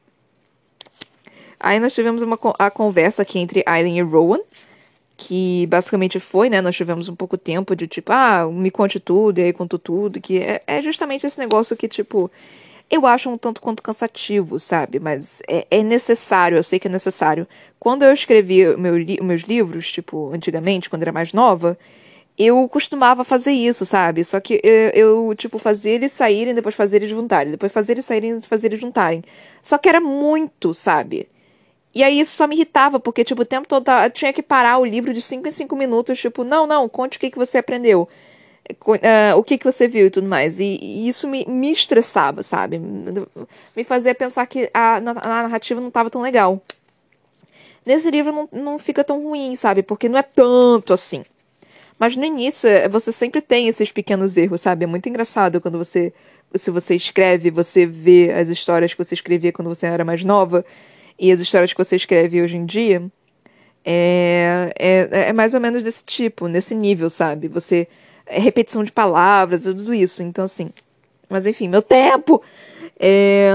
Aí nós tivemos uma, a conversa aqui entre Aileen e Rowan, que basicamente foi, né? Nós tivemos um pouco tempo de tipo, ah, me conte tudo, e aí conto tudo, que é, é justamente esse negócio que, tipo, eu acho um tanto quanto cansativo, sabe? Mas é, é necessário, eu sei que é necessário. Quando eu escrevi meu li meus livros, tipo, antigamente, quando era mais nova, eu costumava fazer isso, sabe? Só que eu, eu, tipo, fazia eles saírem, depois fazer eles juntarem. Depois fazer eles saírem, e fazer eles juntarem. Só que era muito, sabe? E aí isso só me irritava, porque, tipo, o tempo todo eu tinha que parar o livro de cinco em cinco minutos, tipo, não, não, conte o que, que você aprendeu. Uh, o que, que você viu e tudo mais. E, e isso me, me estressava, sabe? Me fazia pensar que a, a narrativa não estava tão legal. Nesse livro não, não fica tão ruim, sabe? Porque não é tanto assim. Mas no início, você sempre tem esses pequenos erros, sabe? É muito engraçado quando você, se você escreve, você vê as histórias que você escrevia quando você era mais nova e as histórias que você escreve hoje em dia. É, é, é mais ou menos desse tipo, nesse nível, sabe? Você. É repetição de palavras, tudo isso. Então, assim. Mas enfim, meu tempo! É.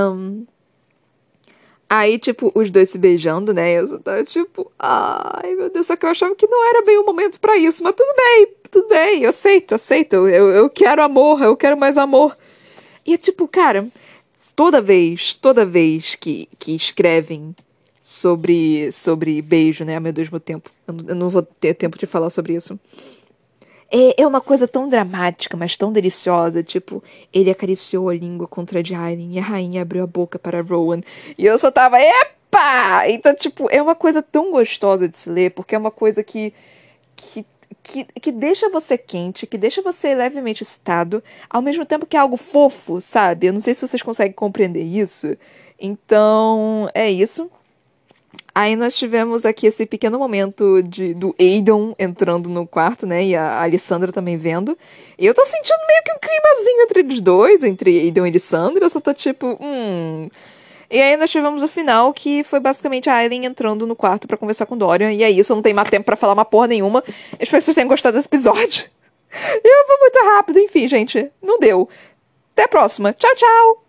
Aí, tipo, os dois se beijando, né? Eu só tava tipo, ai meu Deus, só que eu achava que não era bem o momento pra isso, mas tudo bem, tudo bem, eu aceito, aceito, eu, eu quero amor, eu quero mais amor. E é tipo, cara, toda vez, toda vez que, que escrevem sobre, sobre beijo, né? Ao meu Deus, meu tempo, eu não, eu não vou ter tempo de falar sobre isso. É, é uma coisa tão dramática, mas tão deliciosa. Tipo, ele acariciou a língua contra a Jailen e a rainha abriu a boca para Rowan. E eu só tava, epa! Então, tipo, é uma coisa tão gostosa de se ler, porque é uma coisa que, que, que, que deixa você quente, que deixa você levemente excitado, ao mesmo tempo que é algo fofo, sabe? Eu não sei se vocês conseguem compreender isso. Então, é isso. Aí nós tivemos aqui esse pequeno momento de, do Aidon entrando no quarto, né? E a Alessandra também vendo. E eu tô sentindo meio que um climazinho entre eles dois, entre Aidon e Alessandra. Eu só tô tipo, hum... E aí nós tivemos o final, que foi basicamente a Aileen entrando no quarto pra conversar com o Dorian. E é isso, eu não tenho mais tempo pra falar uma porra nenhuma. Eu espero que vocês tenham gostado desse episódio. Eu vou muito rápido, enfim, gente. Não deu. Até a próxima. Tchau, tchau!